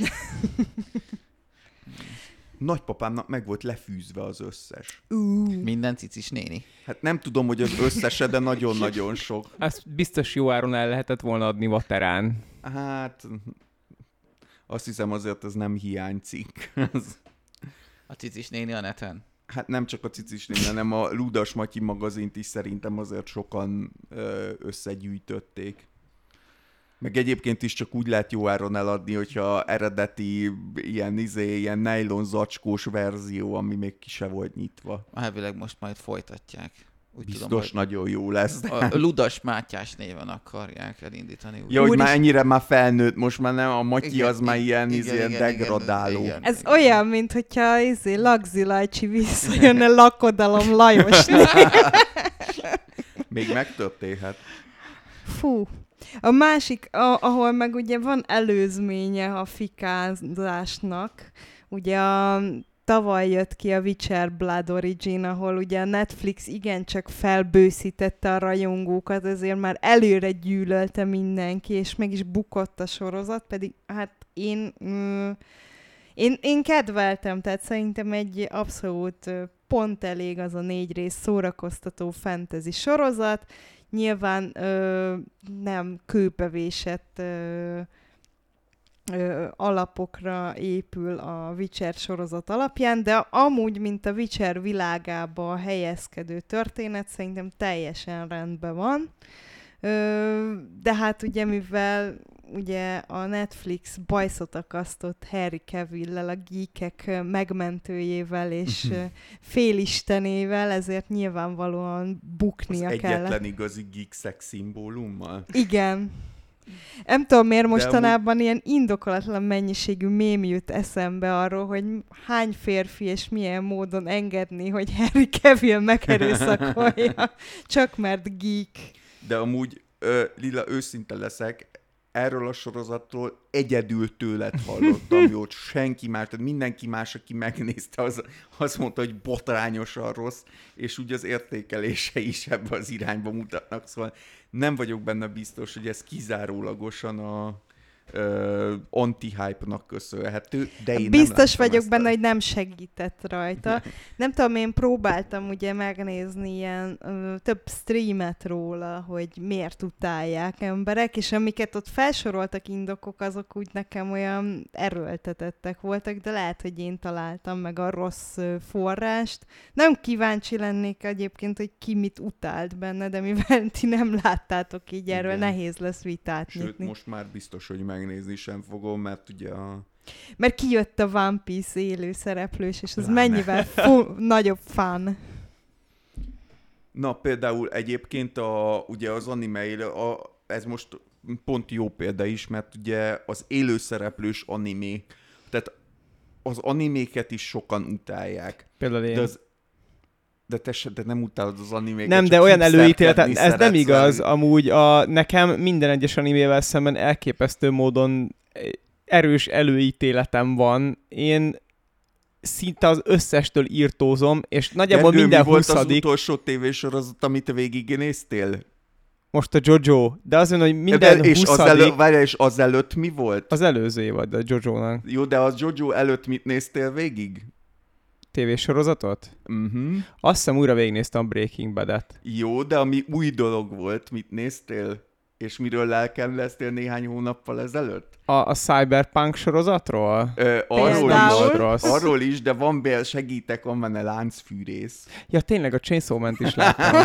Nagypapámnak meg volt lefűzve az összes. Uh. Minden cicis néni. Hát nem tudom, hogy az összese, de nagyon-nagyon sok. Ezt biztos jó áron el lehetett volna adni vaterán. Hát azt hiszem azért ez nem hiánycikk. A cicis néni a neten. Hát nem csak a cicisnél, hanem a Ludas Matyi magazint is szerintem azért sokan ö, összegyűjtötték. Meg egyébként is csak úgy lehet jó áron eladni, hogyha eredeti ilyen, izé, ilyen nylon zacskós verzió, ami még ki se volt nyitva. Elvileg most majd folytatják. Úgy Biztos tudom, nagyon jó lesz. De... A Ludas Mátyás néven akarják elindítani. Ja, hogy Úr már is... ennyire már felnőtt, most már nem, a Matyi Igen, az már ilyen, igen, izé, igen, ilyen igen, degradáló. igen, Ez igen. olyan, mint hogyha izé, Lagzi Lajcsi visszajönne Lakodalom Lajosné. Még megtörténhet. Fú. A másik, a, ahol meg ugye van előzménye a fikázásnak, ugye a tavaly jött ki a Witcher Blood Origin, ahol ugye a Netflix igencsak felbőszítette a rajongókat, ezért már előre gyűlölte mindenki, és meg is bukott a sorozat, pedig hát én, mm, én, én kedveltem, tehát szerintem egy abszolút pont elég az a négy rész szórakoztató fantasy sorozat. Nyilván ö, nem kőbevésett ö, ö, alapokra épül a Witcher sorozat alapján, de amúgy, mint a Witcher világába helyezkedő történet, szerintem teljesen rendben van. Ö, de hát ugye, mivel ugye a Netflix bajszot akasztott Henry Cavill-lel, a geekek megmentőjével és félistenével, ezért nyilvánvalóan buknia az kellett. egyetlen igazi geek szex szimbólummal. Igen. Nem tudom, miért mostanában amúgy... ilyen indokolatlan mennyiségű mém jut eszembe arról, hogy hány férfi és milyen módon engedni, hogy Henry Cavill megerőszakolja, csak mert geek. De amúgy, ö, Lila, őszinte leszek, erről a sorozatról egyedül tőled hallottam jót, senki más, tehát mindenki más, aki megnézte, az, azt mondta, hogy botrányosan rossz, és úgy az értékelése is ebbe az irányba mutatnak, szóval nem vagyok benne biztos, hogy ez kizárólagosan a uh, anti-hype-nak köszönhető, de én biztos nem vagyok ezt benne, a... hogy nem segített rajta. Nem tudom, én próbáltam ugye megnézni ilyen ö, több streamet róla, hogy miért utálják emberek, és amiket ott felsoroltak indokok, azok úgy nekem olyan erőltetettek voltak, de lehet, hogy én találtam meg a rossz ö, forrást. Nem kíváncsi lennék egyébként, hogy ki mit utált benne, de mivel ti nem láttátok így, erről igen. Nehéz lesz vitát Sőt, nyitni. most már biztos, hogy megnézni sem fogom, mert ugye a... Mert kijött a One Piece élő szereplős, és az Láne. mennyivel fu- nagyobb fun. Na, például egyébként a, ugye az anime, a, ez most pont jó példa is, mert ugye az élőszereplős animé, tehát az animéket is sokan utálják. Például én. De, az, de te se, de nem utálod az animéket. Nem, de olyan előítélet, ez nem igaz. Amúgy a, nekem minden egyes animével szemben elképesztő módon erős előítéletem van. Én szinte az összestől írtózom, és nagyjából Gergő, minden mi volt huszadik... az utolsó tévésorozat, amit végignéztél? Most a Jojo. De az hogy minden de, és huszadik... az elő, várjál, és az előtt mi volt? Az előző évad a Jojo-nak. Jó, de az Jojo előtt mit néztél végig? Tévésorozatot? Uh-huh. Azt hiszem újra végignéztem a Breaking Bad-et. Jó, de ami új dolog volt, mit néztél? És miről lelkendeztél néhány hónappal ezelőtt? A, a Cyberpunk sorozatról? Ö, arról, Például? is, arról is, de van bél, segítek, van benne láncfűrész. Ja, tényleg, a Chainsaw Man-t is láttam.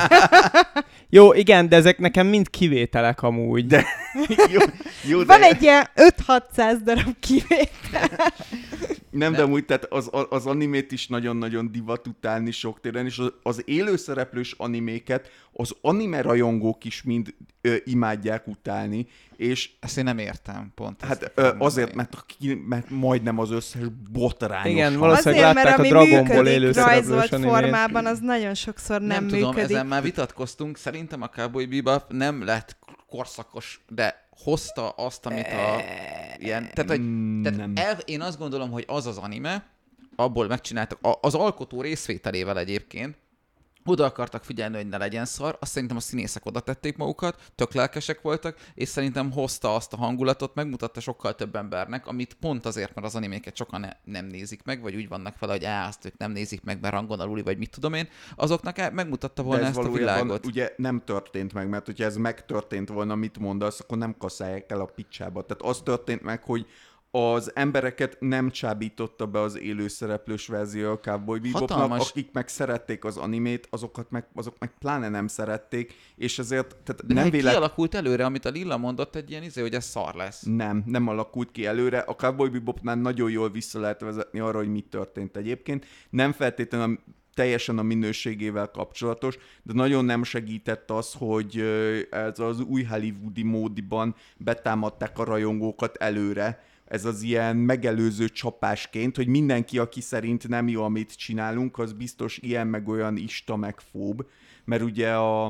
Jó, igen, de ezek nekem mind kivételek amúgy. De, jó, jó, Van de... egy ilyen öt-hatszáz darab kivétel. Nem, de amúgy, tehát az, az animét is nagyon-nagyon divat utálni sok téren, és az, az élőszereplős animéket az anime rajongók is mind ö, imádják utálni, és... Ezt én nem értem, pont. Hát ö, azért, mert, mert majdnem az összes botrányos. Igen, valószínűleg Azért, mert látták a ami Dragon Ball működik élőszereplős rajzolt animét. formában, az nagyon sokszor nem, nem működik. tudom, ezen már vitatkoztunk. Szerintem a Cowboy Bebop nem lett korszakos, de hozta azt, amit a ilyen... Tehát, hogy, tehát el, én azt gondolom, hogy az az anime, abból megcsináltak, a, az alkotó részvételével egyébként, oda akartak figyelni, hogy ne legyen szar, azt szerintem a színészek oda tették magukat, tök lelkesek voltak, és szerintem hozta azt a hangulatot, megmutatta sokkal több embernek, amit pont azért, mert az animéket sokan ne, nem nézik meg, vagy úgy vannak vele, hogy á, azt ők nem nézik meg, mert rangon aluli, vagy mit tudom én, azoknak megmutatta volna ezt a világot. Ugye nem történt meg, mert hogyha ez megtörtént volna, mit mondasz, akkor nem kasszálják el a picsába. Tehát az történt meg, hogy az embereket nem csábította be az élőszereplős verzió a Cowboy Bebopnak, Hatalmas. akik meg szerették az animét, azokat meg, azok meg pláne nem szerették, és ezért tehát De nem vélet... vélet... kialakult előre, amit a Lilla mondott, egy ilyen izé, hogy ez szar lesz. Nem, nem alakult ki előre. A Cowboy Bebopnál nagyon jól vissza lehet vezetni arra, hogy mi történt egyébként. Nem feltétlenül teljesen a minőségével kapcsolatos, de nagyon nem segített az, hogy ez az új hollywoodi módiban betámadták a rajongókat előre, ez az ilyen megelőző csapásként, hogy mindenki, aki szerint nem jó, amit csinálunk, az biztos ilyen meg olyan ista meg fób, mert ugye a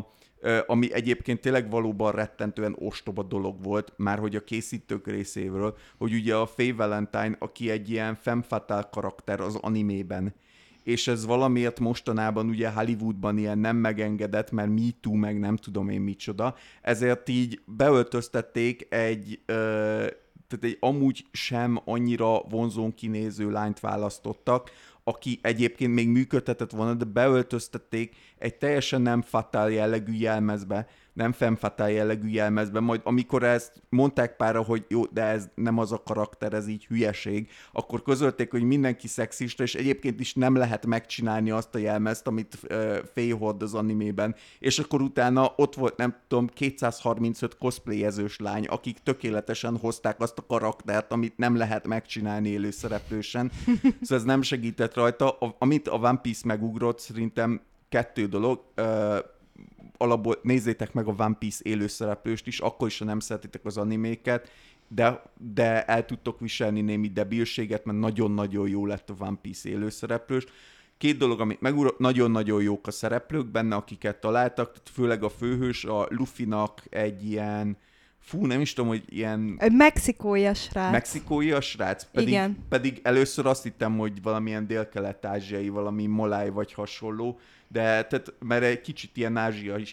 ami egyébként tényleg valóban rettentően ostoba dolog volt, már hogy a készítők részéről, hogy ugye a Faye Valentine, aki egy ilyen femme fatale karakter az animében, és ez valamiért mostanában ugye Hollywoodban ilyen nem megengedett, mert Me Too, meg nem tudom én micsoda, ezért így beöltöztették egy, ö, tehát egy amúgy sem annyira vonzón kinéző lányt választottak, aki egyébként még működtetett volna, de beöltöztették egy teljesen nem fatál jellegű jelmezbe, nem femme fatale jellegű jelmezbe, majd amikor ezt mondták pára, hogy jó, de ez nem az a karakter, ez így hülyeség, akkor közölték, hogy mindenki szexista, és egyébként is nem lehet megcsinálni azt a jelmezt, amit uh, Faye hord az animében, és akkor utána ott volt, nem tudom, kétszázharmincöt cosplayezős lány, akik tökéletesen hozták azt a karaktert, amit nem lehet megcsinálni élőszereplősen, szóval ez nem segített rajta. A, amit a One Piece megugrott, szerintem kettő dolog, uh, alapból nézzétek meg a One Piece élőszereplőst is, akkor is, ha nem szeretitek az animéket, de, de el tudtok viselni némi debilséget, mert nagyon-nagyon jó lett a One Piece élőszereplős. Két dolog, amit megugrott, nagyon-nagyon jók a szereplők benne, akiket találtak, tehát főleg a főhős, a Luffy-nak egy ilyen, fú, nem is tudom, hogy ilyen... Egy mexikói a srác. Mexikói a srác? Pedig, Igen. pedig először azt hittem, hogy valamilyen dél-kelet-ázsiai, valami moláj vagy hasonló, de tehát, mert egy kicsit ilyen ázsiai,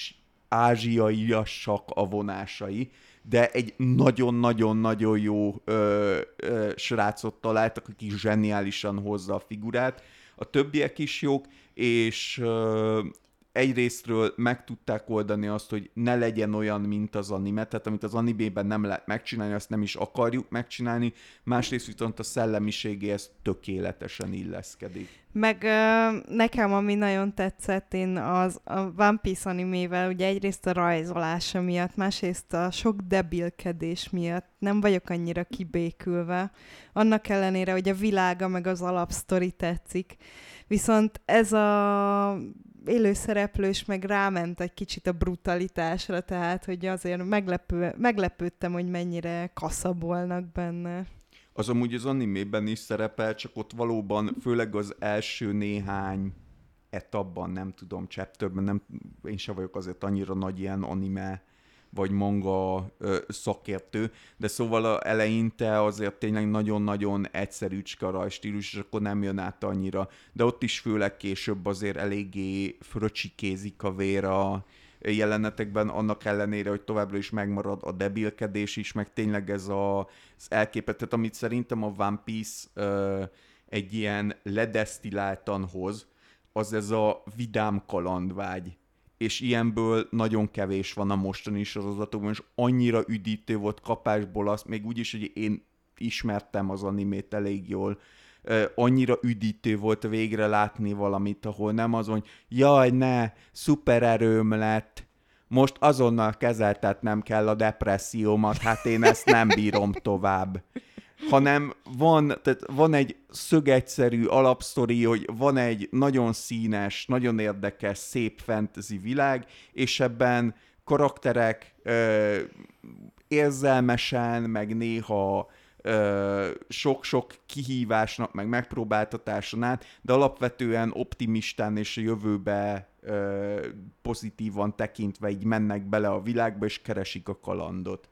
ázsiaiasak a vonásai, de egy nagyon-nagyon-nagyon jó ö, ö, srácot találtak, aki zseniálisan hozza a figurát. A többiek is jók, és ö, egyrésztről meg tudták oldani azt, hogy ne legyen olyan, mint az anime, tehát amit az animében nem lehet megcsinálni, azt nem is akarjuk megcsinálni, másrészt viszont a szellemiségéhez tökéletesen illeszkedik. Meg uh, nekem, ami nagyon tetszett, én az a One Piece animével, ugye egyrészt a rajzolása miatt, másrészt a sok debilkedés miatt nem vagyok annyira kibékülve. Annak ellenére, hogy a világa meg az alapsztori tetszik. Viszont ez a élőszereplős meg ráment egy kicsit a brutalitásra, tehát hogy azért meglepő, meglepődtem, hogy mennyire kaszabolnak benne. Az amúgy az animében is szerepel, csak ott valóban, főleg az első néhány etapban, nem tudom, chapterben, nem, én sem vagyok azért annyira nagy ilyen anime vagy manga ö, szakértő, de szóval a eleinte azért tényleg nagyon-nagyon egyszerűcske a rajstílus, és akkor nem jön át annyira. De ott is főleg később azért eléggé fröcsikézik a vér a jelenetekben, annak ellenére, hogy továbbra is megmarad a debilkedés is, meg tényleg ez a, az elképet, amit szerintem a One Piece ö, egy ilyen ledesztiláltan hoz, az ez a vidám kalandvágy. És ilyenből nagyon kevés van a mostani sorozatokban, és annyira üdítő volt kapásból azt, még úgyis, hogy én ismertem az animét elég jól, uh, annyira üdítő volt végre látni valamit, ahol nem azon, hogy jaj, ne, szupererőm lett, most azonnal kezeltetnem kell a depressziómat, hát én ezt nem bírom tovább. Hanem van, tehát van egy szögegyszerű alapsztori, hogy van egy nagyon színes, nagyon érdekes, szép fantasy világ, és ebben karakterek ö, érzelmesen, meg néha ö, sok-sok kihívásnak, meg megpróbáltatáson át, de alapvetően optimistán és a jövőbe ö, pozitívan tekintve így mennek bele a világba, és keresik a kalandot.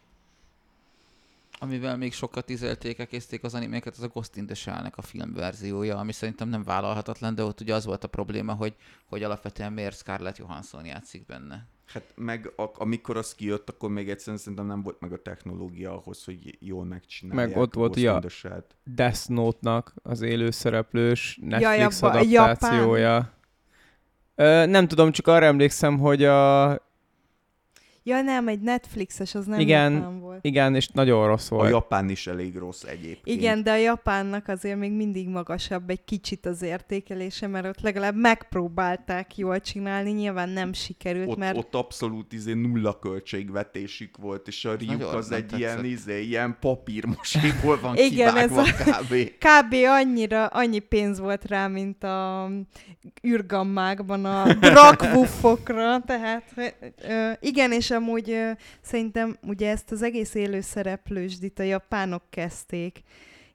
Amivel még sokat ízelték-ekészték az animéket, az a Ghost in the Shell-nek a filmverziója, ami szerintem nem vállalhatatlan, de ott ugye az volt a probléma, hogy, hogy alapvetően miért Scarlett Johansson játszik benne. Hát meg a, amikor az kijött, akkor még egyszerűen szerintem nem volt meg a technológia ahhoz, hogy jól megcsinálják. Meg ott volt a Death Note-nak az élőszereplős Netflix ja, adaptációja. Ö, nem tudom, csak arra emlékszem, hogy a... Ja nem, egy Netflixes, az nem igen, japán volt. Igen, és nagyon rossz volt. A japán is elég rossz egyébként. Igen, de a japánnak azért még mindig magasabb egy kicsit az értékelése, mert ott legalább megpróbálták jól csinálni, nyilván nem sikerült, ott, mert... Ott abszolút izé nulla költségvetésük volt, és a Ryuk az egy ilyen, izé, ilyen papírmoséból van igen, kivágva ez a... kb. kb. annyira, annyi pénz volt rá, mint a űrgammákban a drakvuffokra, tehát ö, igen, és amúgy ö, szerintem ugye ezt az egész élőszereplősdit a japánok kezdték,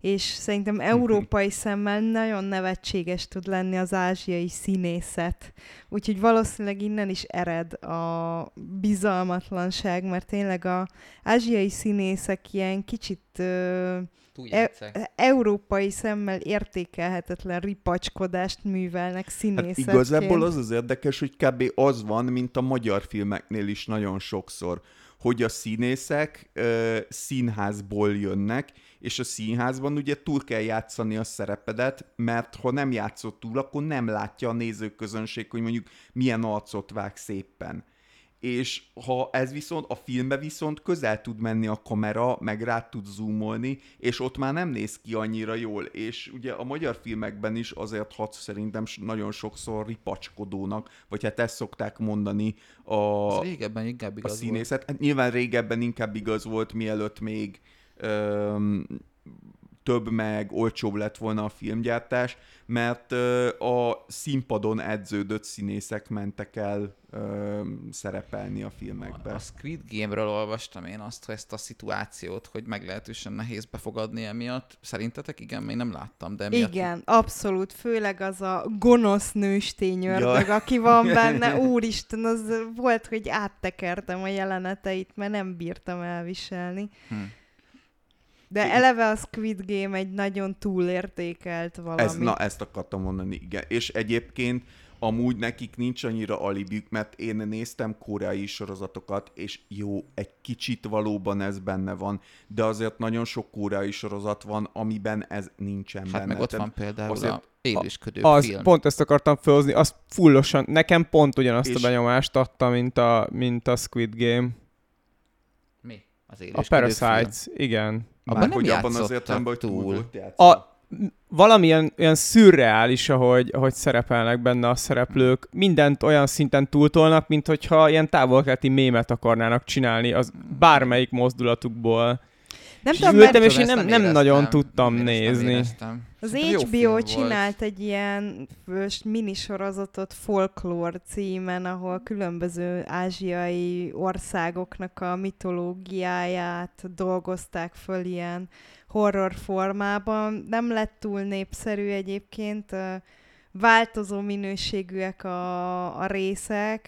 és szerintem európai szemmel nagyon nevetséges tud lenni az ázsiai színészet. Úgyhogy valószínűleg innen is ered a bizalmatlanság, mert tényleg az ázsiai színészek ilyen kicsit ö, e- európai szemmel értékelhetetlen ripacskodást művelnek színészetként. Hát igazából az az érdekes, hogy kb. Az van, mint a magyar filmeknél is nagyon sokszor, hogy a színészek ö, színházból jönnek, és a színházban ugye túl kell játszani a szerepedet, mert ha nem játszod túl, akkor nem látja a nézőközönség, hogy mondjuk milyen arcot vág szépen. És ha ez viszont, a filmbe viszont közel tud menni a kamera, meg rá tud zoomolni, és ott már nem néz ki annyira jól. És ugye a magyar filmekben is azért hat szerintem nagyon sokszor ripacskodónak, vagy hát ezt szokták mondani a, régebben inkább igaz a színészet. Hát nyilván régebben inkább igaz volt, mielőtt még öm, több meg olcsóbb lett volna a filmgyártás, mert ö, a színpadon edződött színészek mentek el ö, szerepelni a filmekbe. A Squid Game-ről olvastam én azt, hogy ezt a szituációt, hogy meglehetősen nehéz befogadni emiatt. Szerintetek igen? Még nem láttam, de emiatt... Igen, abszolút. Főleg az a gonosz nőstény ördög, ja. aki van benne. Úristen, az volt, hogy áttekertem a jeleneteit, mert nem bírtam elviselni. Hm. De eleve a Squid Game egy nagyon túlértékelt valami. Ez, na, ezt akartam mondani, igen. És egyébként amúgy nekik nincs annyira alibük, mert én néztem koreai sorozatokat, és jó, egy kicsit valóban ez benne van, de azért nagyon sok koreai sorozat van, amiben ez nincsen hát benne. Hát meg ott Tehát van például azért a élősködő az, film. Pont ezt akartam felhozni, az fullosan, nekem pont ugyanazt és... a benyomást adta, mint a, mint a Squid Game. Mi? Az a Parasites, film. igen. Abban Már nem hogy abban az értelemben, hogy túl. túl volt játszva. A, valamilyen olyan szürreális, ahogy, ahogy szerepelnek benne a szereplők. Mindent olyan szinten túltolnak, mint hogyha ilyen távol-keleti mémet akarnának csinálni az bármelyik mozdulatukból. Nem és tudom, ültem, mert... és én nem, nem nagyon tudtam nem nézni. Az há bé o csinált egy ilyen minisorozatot Folklore címen, ahol különböző ázsiai országoknak a mitológiáját dolgozták föl ilyen horror formában. Nem lett túl népszerű egyébként, változó minőségűek a, a részek,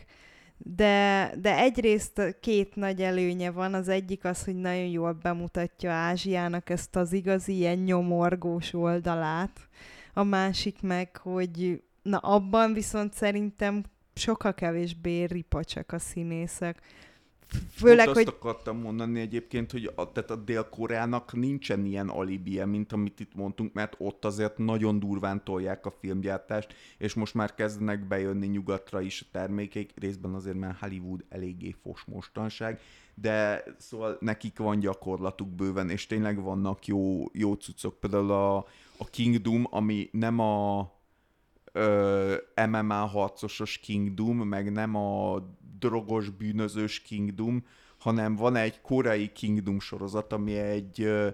de, de egyrészt két nagy előnye van. Az egyik az, hogy nagyon jól bemutatja Ázsiának ezt az igazi ilyen nyomorgós oldalát. A másik meg, hogy na abban viszont szerintem sokkal kevésbé ripacsak a színészek. Főleg, hogy... azt akartam mondani egyébként, hogy a, tehát a Dél-Koreának nincsen ilyen alibije, mint amit itt mondtunk, mert ott azért nagyon durván tolják a filmgyártást, és most már kezdenek bejönni nyugatra is a termékeik, részben azért, mert Hollywood eléggé fos mostanság, de szóval nekik van gyakorlatuk bőven, és tényleg vannak jó, jó cuccok. Például a, a Kingdom, ami nem a ö, em em á harcosos Kingdom, meg nem a drogos, bűnözős Kingdom, hanem van egy koreai Kingdom sorozat, ami egy ö,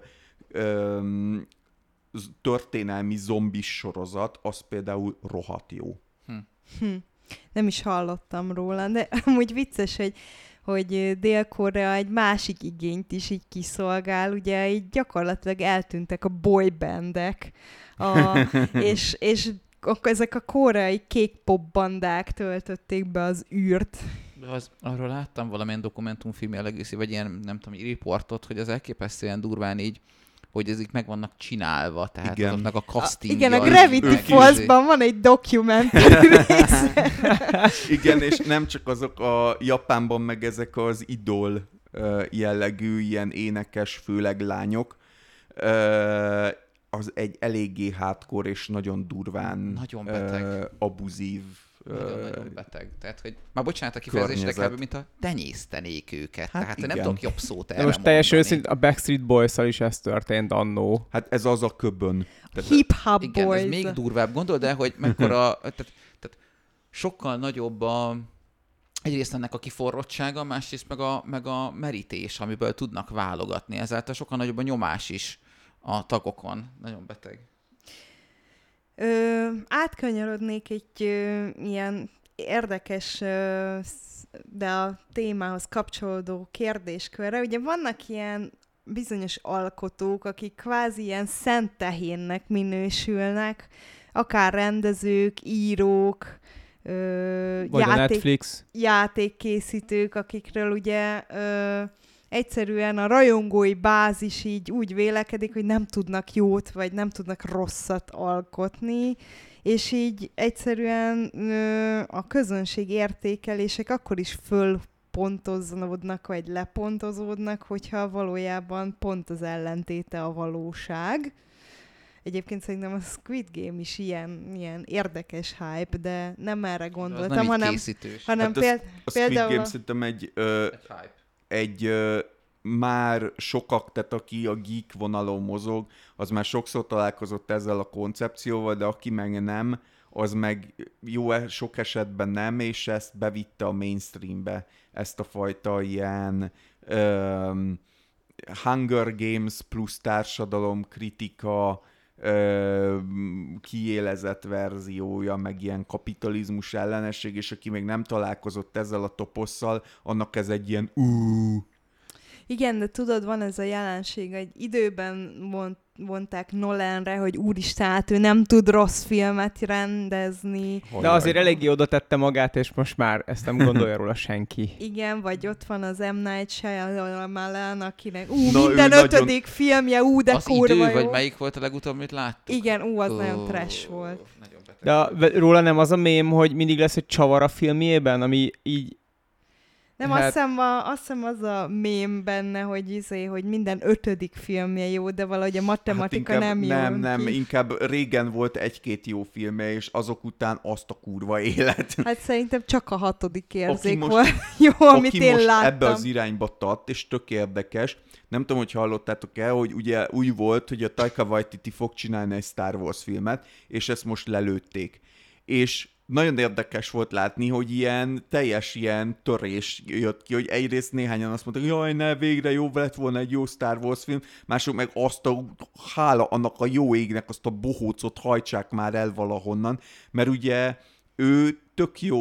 ö, történelmi zombis sorozat, az például rohadt jó. Hm. Hm. Nem is hallottam róla, de amúgy vicces, hogy, hogy Dél-Korea egy másik igényt is így kiszolgál, ugye így gyakorlatilag eltűntek a boybandek, a, és, és ezek a koreai kék-pop bandák töltötték be az űrt. Az, arról láttam valamilyen dokumentumfilm jellegű, vagy ilyen, nem tudom, riportot, hogy az elképesztően durván így, hogy ezek meg vannak csinálva, tehát igen. azoknak a castingja. Igen, a Gravity Falls-ban van egy dokumentari része. Igen, és nem csak azok a Japánban, meg ezek az idol jellegű, ilyen énekes, főleg lányok, az egy eléggé hardcore és nagyon durván nagyon beteg. Uh, abuzív nagyon-nagyon beteg. Tehát, hogy már bocsánat a kifejezésre kb. Mint a tenyésztenék őket. Hát Tehát igen. nem tudok jobb szót erre most teljesen őszintén a Backstreet Boys-szal is ez történt annó. Hát ez az a köbön. Hip-hop igen, boys. ez még durvább. Gondold el, hogy mekkora, tehát, tehát sokkal nagyobb a egyrészt ennek a kiforrottsága, másrészt meg a, meg a merítés, amiből tudnak válogatni. Ezáltal sokkal nagyobb a nyomás is a tagokon. Nagyon beteg. Ö, átkanyarodnék egy ö, ilyen érdekes, ö, de a témához kapcsolódó kérdéskörre. Ugye vannak ilyen bizonyos alkotók, akik kvázi ilyen szent tehénnek minősülnek, akár rendezők, írók, ö, Vagy a játék, Netflix. játékkészítők, akikről ugye ö, egyszerűen a rajongói bázis így úgy vélekedik, hogy nem tudnak jót, vagy nem tudnak rosszat alkotni, és így egyszerűen ö, a közönség értékelések akkor is fölpontozódnak, vagy lepontozódnak, hogyha valójában pont az ellentéte a valóság. Egyébként szerintem a Squid Game is ilyen, ilyen érdekes hype, de nem erre gondoltam, az nem hanem, készítős. hanem Hát péld, a Squid például... Game A... szerintem egy, ö, Egy hype. egy ö, már sokak, tehát aki a geek vonalon mozog, az már sokszor találkozott ezzel a koncepcióval, de aki meg nem, az meg jó sok esetben nem, és ezt bevitte a mainstreambe, ezt a fajta ilyen um, Hunger Games plusz társadalom kritika um, kiélezett verziója, meg ilyen kapitalizmus ellenesség, és aki még nem találkozott ezzel a toposszal, annak ez egy ilyen úúúú. Igen, de tudod, van ez a jelenség, hogy időben vont, vonták Nolanre, hogy úristen, hát ő nem tud rossz filmet rendezni. De azért eléggé oda tette magát, és most már ezt nem gondolja róla senki. Igen, vagy ott van az M. Night Shyamalan, akinek ú, Na, minden ő ötödik nagyon... filmje, ú, de az kurva idő, jó. vagy melyik volt a legutóbb, amit láttuk? Igen, ú, az Ó, nagyon trash volt. Nagyon beteg. De a, róla nem az a mém, hogy mindig lesz egy csavar a filmjében, ami így... Nem, Hát- azt, hiszem, a, azt hiszem az a mém benne, hogy, izé, hogy minden ötödik filmje jó, de valahogy a matematika hát nem jó. Nem, nem, inkább régen volt egy-két jó filmje, és azok után azt a kurva élet. Hát szerintem csak a hatodik érzék most- volt jó, amit Aki én most láttam. ebbe az irányba tart, és tök érdekes, nem tudom, hogy hallottátok el, hogy ugye úgy volt, hogy a Taika Waititi fog csinálni egy Star Wars filmet, és ezt most lelőtték. És nagyon érdekes volt látni, hogy ilyen teljes ilyen törés jött ki, hogy egyrészt néhányan azt mondták, jaj, ne, végre jó lett volna egy jó Star Wars film, mások meg azt a, hála annak a jó égnek, azt a bohócot hajtsák már el valahonnan, mert ugye ő tök jó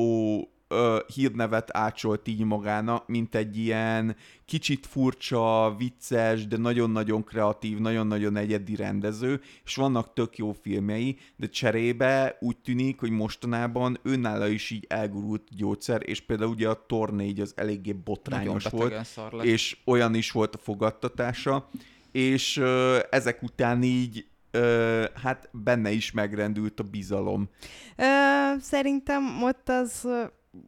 ö, hírnevet ácsolt így magának, mint egy ilyen kicsit furcsa, vicces, de nagyon-nagyon kreatív, nagyon-nagyon egyedi rendező, és vannak tök jó filmjei, de cserébe úgy tűnik, hogy mostanában őnála is így elgurult gyógyszer, és például ugye a Thor négy az eléggé botrányos Nagyon volt, betegen szar lett. és olyan is volt a fogadtatása, és ö, ezek után így ö, hát benne is megrendült a bizalom. Ö, szerintem ott az ö,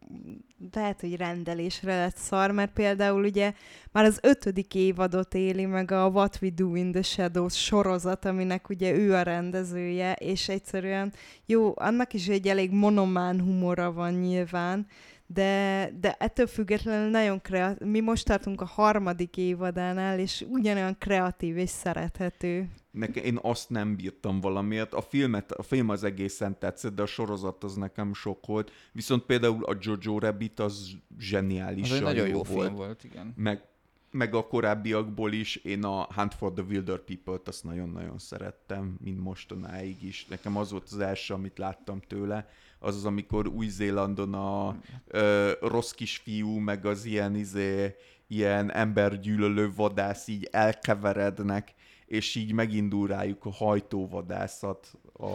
lehet, hogy rendelésre lett szar, mert például ugye már az ötödik évadot éli meg a What We Do in the Shadows sorozat, aminek ugye ő a rendezője, és egyszerűen jó, annak is egy elég monomán humora van nyilván, de, de ettől függetlenül nagyon kreatív. Mi most tartunk a harmadik évadánál, és ugyanolyan kreatív és szerethető. Nekem, én azt nem bírtam valamiért. A filmet, a film az egészen tetszett, de a sorozat az nekem sok volt. Viszont például a Jojo Rabbit az zseniális. Az egy nagyon jó volt. film volt, igen. Meg, meg a korábbiakból is én a Hunt for the Wilder People-t azt nagyon-nagyon szerettem, mint mostanáig is. Nekem az volt az első, amit láttam tőle. Az az, amikor Új-Zélandon a ö, rossz kisfiú, meg az ilyen, izé, ilyen embergyűlölő vadász így elkeverednek, és így megindul rájuk a hajtóvadászat a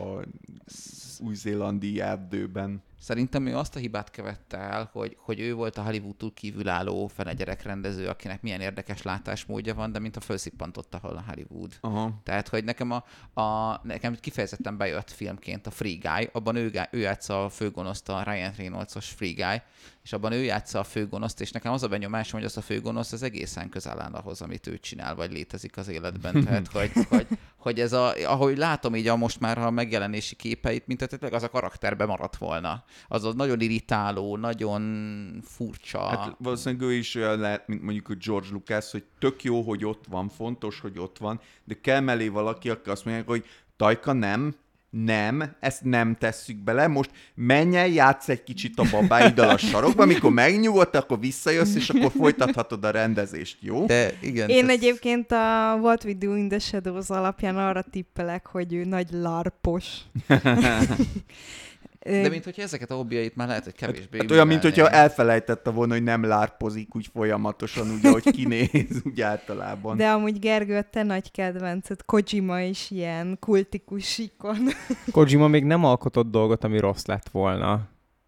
új-zélandi erdőben. Szerintem ő azt a hibát követte el, hogy, hogy ő volt a Hollywoodtól kívülálló fene gyerekrendező, akinek milyen érdekes látásmódja van, de mint a fölszippantotta a Hollywood. Aha. Tehát, hogy nekem, a, a, nekem kifejezetten bejött filmként a Free Guy, abban ő, ő játsza a főgonoszt, a Ryan Reynolds-os Free Guy, és abban ő játsza a főgonoszt, és nekem az a benyomásom, hogy az a főgonosz az egészen közel áll ahhoz, amit ő csinál, vagy létezik az életben. Tehát, hogy, hogy, hogy ez a, ahogy látom így a most már a megjelenési képeit, mint tehát az a karakterbe maradt volna. Az az nagyon irritáló, nagyon furcsa. Hát valószínűleg ő is olyan lehet, mint mondjuk a George Lucas, hogy tök jó, hogy ott van, fontos, hogy ott van, de kell mellé valaki, aki azt mondja, hogy Taika, nem, nem, ezt nem tesszük bele, most menj el, játsz egy kicsit a babáiddal a sarokba, amikor megnyugodt, akkor visszajössz, és akkor folytathatod a rendezést, jó? De igen. Én ez- egyébként a What We Do in the Shadows alapján arra tippelek, hogy ő nagy larpos. De mint hogyha ezeket a hobbiait már lehet, hogy kevésbé Hát olyan, mint művelné. hogyha elfelejtette volna, hogy nem lárpozik úgy folyamatosan, úgy, ahogy kinéz, úgy általában. De amúgy Gergő, a te nagy kedvenced, Kojima is ilyen kultikus ikon. Kojima még nem alkotott dolgot, ami rossz lett volna.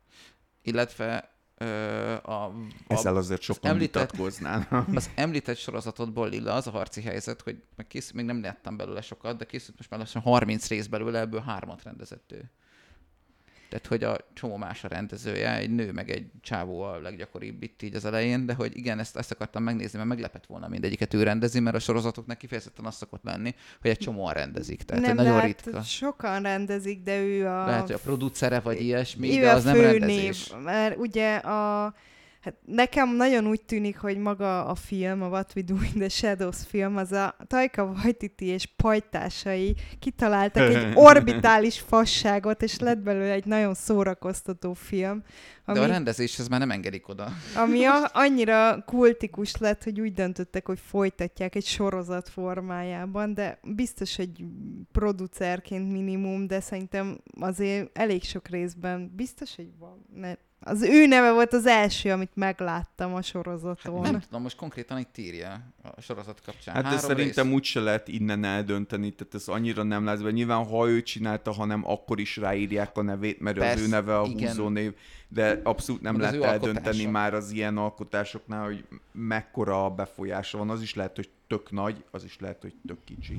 Illetve ö, a, a, Ezzel azért sokan említett- vitatkoznának. az említett sorozatodból, Lilla, az a harci helyzet, hogy meg készült, még nem láttam belőle sokat, de készült most már lassan harminc rész belőle, ebből hármat rendezett ő. Tehát, hogy a csomó más a rendezője, egy nő, meg egy csávó a leggyakoribb itt így az elején, de hogy igen, ezt, ezt akartam megnézni, mert meglepett volna mindegyiket ő rendezi, mert a sorozatoknak kifejezetten az szokott lenni, hogy egy csomóan rendezik. Tehát nem, egy nagyon de ritka. hát sokan rendezik, de ő a... Lehet, hogy a producere vagy ilyesmi, ő de a az nem főnév, rendezés. mert ugye a... Hát nekem nagyon úgy tűnik, hogy maga a film, a What We Do in the Shadows film, az a Taika Waititi és pajtásai kitaláltak egy orbitális fasságot, és lett belőle egy nagyon szórakoztató film, ami, De a rendezéshez már nem engedik oda. ami a, annyira kultikus lett, hogy úgy döntöttek, hogy folytatják egy sorozat formájában, de biztos, hogy producerként minimum, de szerintem azért elég sok részben biztos, hogy van. Ne, az ő neve volt az első, amit megláttam a sorozaton. Hát nem tudom, most konkrétan itt írja a sorozat kapcsán. Hát de Három szerintem rész. úgyse lehet innen eldönteni, tehát ez annyira nem lesz be. Nyilván, ha ő csinálta, hanem akkor is ráírják a nevét, mert Persze, az ő neve a igen. húzónév, de abszolút nem Meg az lehet ő eldönteni alkotása. már az ilyen alkotásoknál, hogy mekkora befolyása van. Az is lehet, hogy tök nagy, az is lehet, hogy tök kicsi.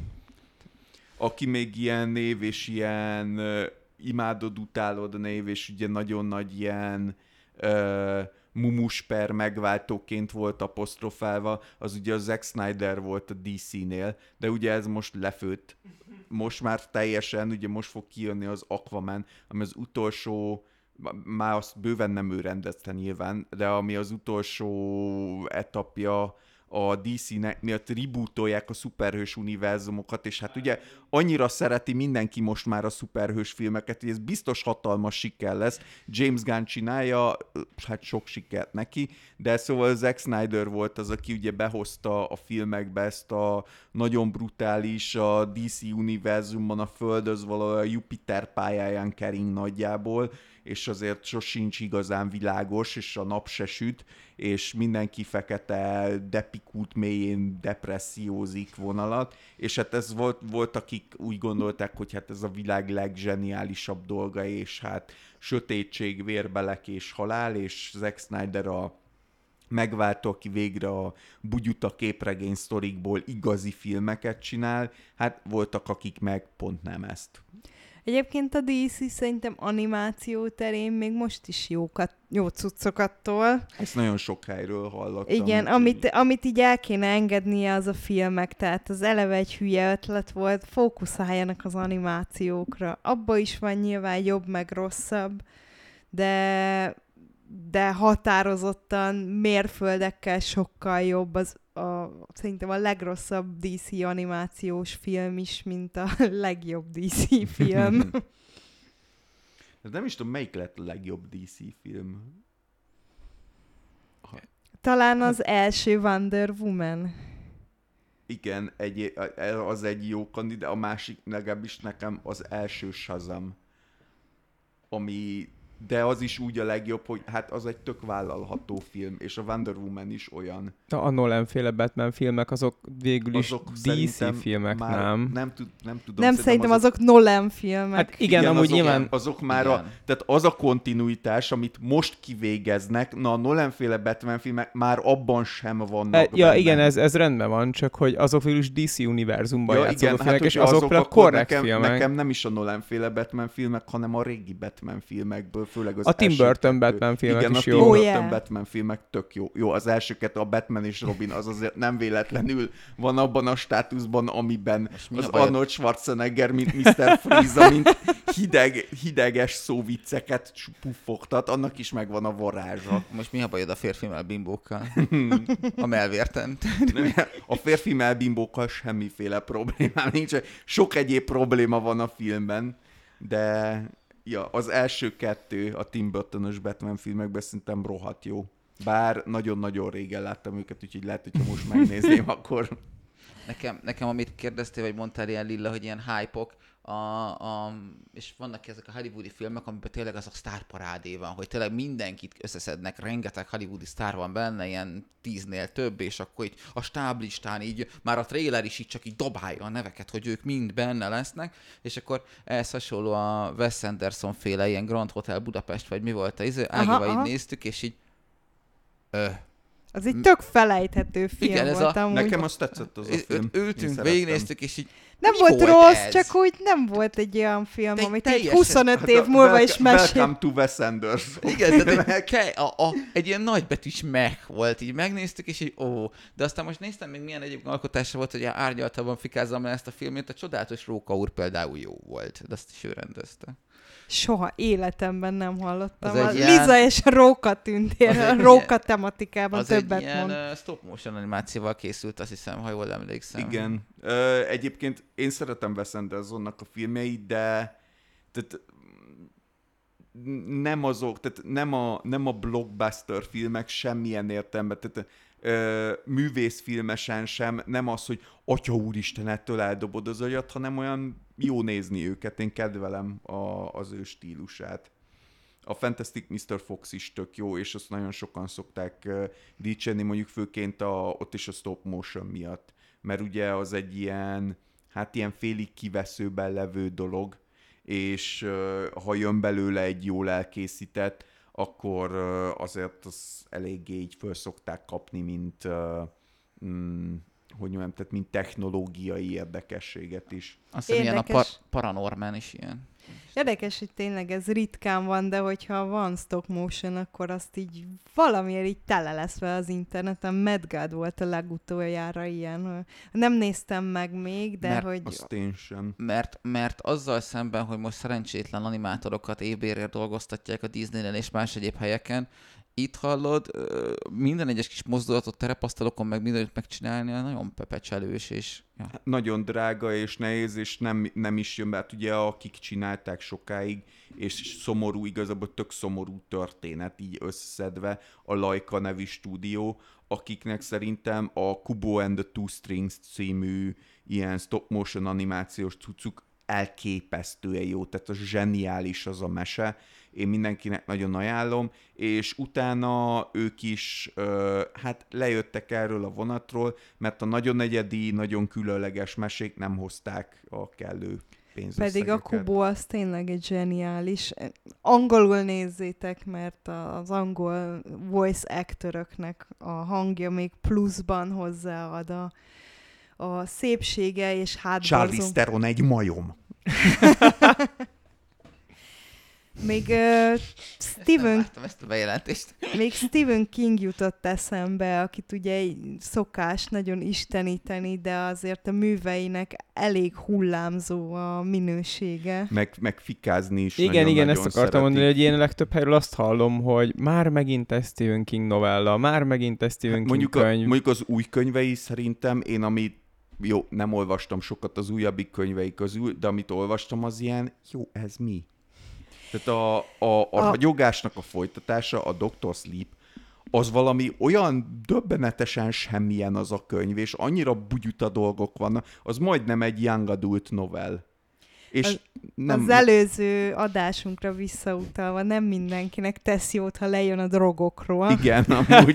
Aki még ilyen név és ilyen uh, imádod, utálod a név, és ugye nagyon nagy ilyen uh, mumusper megváltóként volt apostrofálva, az ugye a Zack Snyder volt a dé cé-nél, de ugye ez most lefőtt. Most már teljesen, ugye most fog kijönni az Aquaman, ami az utolsó, már azt bőven nem ő rendezte nyilván, de ami az utolsó etapja a dé cé-nek miatt rebootolják a szuperhős univerzumokat, és hát ugye annyira szereti mindenki most már a szuperhős filmeket, hogy ez biztos hatalmas siker lesz. James Gunn csinálja, hát sok sikert neki, de szóval Zack Snyder volt az, aki ugye behozta a filmekbe ezt a nagyon brutális, a dé cé univerzumban a Földhöz való a Jupiter pályáján kering nagyjából, és azért sosincs igazán világos, és a nap se süt, és mindenki fekete depikút mélyén depressziózik vonalat, és hát ez volt, volt, akik úgy gondolták, hogy hát ez a világ legzseniálisabb dolga, és hát sötétség, vérbelek és halál, és Zack Snyder a megváltó, aki végre a bugyuta képregény sztorikból igazi filmeket csinál, hát voltak, akik meg pont nem ezt. Egyébként a dé cé szerintem animáció terén még most is jókat, jó cuccokat tol. Ezt nagyon sok helyről hallottam. Igen, úgyhogy- amit, amit így el kéne engednie, az a filmek, tehát az eleve egy hülye ötlet volt, fókuszáljanak az animációkra. Abba is van nyilván jobb meg rosszabb, de, de határozottan mérföldekkel sokkal jobb az a, szerintem a legrosszabb dé cé animációs film is, mint a legjobb dé cé film. Ez nem is tudom, melyik lett a legjobb dé cé film. Talán az első Wonder Woman. Igen, egy, az egy jó kandidát, a másik legalábbis nekem az első Shazam, ami, de az is úgy a legjobb, hogy hát az egy tök vállalható film, és a Wonder Woman is olyan. A Nolan-féle Batman filmek, azok végül is Azok dé cé szerintem filmek, már nem? Nem, tud, nem tudom. Nem, szerintem azok Nolan filmek. Hát igen, igen, amúgy azok, nyilván... azok már a, Igen. tehát az a kontinuitás, amit most kivégeznek, na a Nolan-féle Batman filmek már abban sem vannak E, ja, benne. igen, ez, ez rendben van, csak hogy azok végül is dé cé univerzumban Ja, játszódó igen, filmek, hát, és hogyha azokra azok, akkor korrekt nekem, filmek. nekem nem is a Nolan-féle Batman filmek, hanem a régi Batman filmekből, főleg az A Tim első Burton kettő. Batman filmek igen, is a jó. Tim Oh, Burton yeah. Batman filmek tök jó. Jó, az első kettő, a Batman és Robin, az azért nem véletlenül van abban a státuszban, amiben mi az a bajod? Arnold Schwarzenegger, mint miszter Freeze, mint hideg, hideges szóvicceket puffogtat, annak is megvan a varázsa. Most mi a bajod a férfi melbimbókkal? A melvérten. A férfi melbimbókkal semmiféle problémám nincs. Sok egyéb probléma van a filmben, de ja, az első kettő a Tim Burton-os Batman filmekben szerintem rohadt jó. Bár nagyon-nagyon régen láttam őket, úgyhogy lehet, hogyha most megnézném, akkor... Nekem, nekem, amit kérdeztél, vagy mondtál ilyen Lilla, hogy ilyen hype-ok, a, a, és vannak ezek a hollywoodi filmek, amiben tényleg az a sztárparádé van, hogy tényleg mindenkit összeszednek, rengeteg hollywoodi sztár van benne, ilyen tíznél több, és akkor így a stáblistán így, már a trailer is így csak így dobálja a neveket, hogy ők mind benne lesznek, és akkor ehhez hasonló a Wes Anderson féle ilyen Grand Hotel Budapest, vagy mi volt ez, Ágival így néztük, és így ö, az egy tök felejthető film igen, ez volt a, amúgy. Nekem azt tetszett az a film. Ültünk, végignéztük, és így nem mi volt, volt rossz, ez? csak úgy nem volt egy olyan film, Te- amit teljesen- így huszonöt Hát év a múlva welcome- is mesél. Welcome to Wes Anderson. Igen, tehát egy, ke- a, a, egy ilyen nagybetűs meh volt, így megnéztük, és így ó. De aztán most néztem még milyen egyéb alkotása volt, hogy árnyaltabban fikázzam le ezt a filmét, a Csodálatos Róka úr például jó volt, de azt is ő rendezte. Soha életemben nem hallottam. Az egy A ilyen- Liza és a Róka tűntél, Az a egy Róka ilyen- tematikában Az többet egy ilyen mond. uh, stop motion animációval készült, azt hiszem, ha jól emlékszem. Igen. Ö, egyébként én szeretem Wes Andersonnak a filmjeit, de tehát nem azok, tehát nem a, nem a blockbuster filmek semmilyen értelme, tehát ö, művészfilmesen sem, nem az, hogy atya úristen, ettől eldobod az agyat, hanem olyan jó nézni őket, én kedvelem a, az ő stílusát. A Fantastic miszter Fox is tök jó, és azt nagyon sokan szokták uh, dicsérni, mondjuk főként a, ott is a stop motion miatt, mert ugye az egy ilyen, hát ilyen félig kiveszőben levő dolog, és uh, ha jön belőle egy jól elkészített, akkor uh, azért az eléggé így föl szokták kapni, mint, uh, mm, hogy mondjam, tehát mint technológiai érdekességet is. Azt hiszem, ilyen a Érdekes. par- Paranorman is ilyen. Érdekes, hogy tényleg ez ritkán van, de hogyha van stop motion, akkor azt így valamiért így tele lesz vele az interneten. Mad God volt a legutoljára ilyen. Nem néztem meg még, de Mert hogy... Azt én sem. Mert, mert azzal szemben, hogy most szerencsétlen animátorokat évbérért dolgoztatják a Disneynél és más egyéb helyeken, itt hallod, ö, minden egyes kis mozdulatot terepasztalokon meg mindenütt megcsinálni, nagyon pepecselős, és ja. Nagyon drága és nehéz, és nem, nem is jön be, hát ugye akik csinálták sokáig, és szomorú, igazából tök szomorú történet így összeszedve a Laika nevű stúdió, akiknek szerintem a Kubo and the Two Strings című ilyen stop motion animációs cuccuk elképesztően jó, tehát az zseniális az a mese, én mindenkinek nagyon ajánlom, és utána ők is ö, hát lejöttek erről a vonatról, mert a nagyon egyedi, nagyon különleges mesék nem hozták a kellő pénzösszegeket. Pedig a Kubo az tényleg egy zseniális. Angolul nézzétek, mert az angol voice actoröknek a hangja még pluszban hozzáad a, a szépsége és hátborzó. Charlize Theron egy majom. Még uh, Stephen, Vártam ezt a bejelentést. még Stephen King jutott eszembe, akit ugye így szokás nagyon isteníteni, de azért a műveinek elég hullámzó a minősége. Meg, meg fikázni is Igen, nagyon, igen, nagyon ezt akartam szeretik. mondani, hogy én legtöbb helyről azt hallom, hogy már megint egy Stephen King novella, már megint egy Stephen King mondjuk, a, könyv. mondjuk az új könyvei szerintem, én amit jó, nem olvastam sokat az újabbik könyvei közül, de amit olvastam, az ilyen, jó, ez mi? Tehát a, a, a, A- ragyogásnak a folytatása, a doktor Sleep, az valami olyan döbbenetesen semmilyen az a könyv, és annyira bugyuta dolgok vannak, az majdnem egy young adult novel. És Az- nem, Az előző adásunkra visszautalva nem mindenkinek tesz jót, ha lejön a drogokról. Igen, amúgy,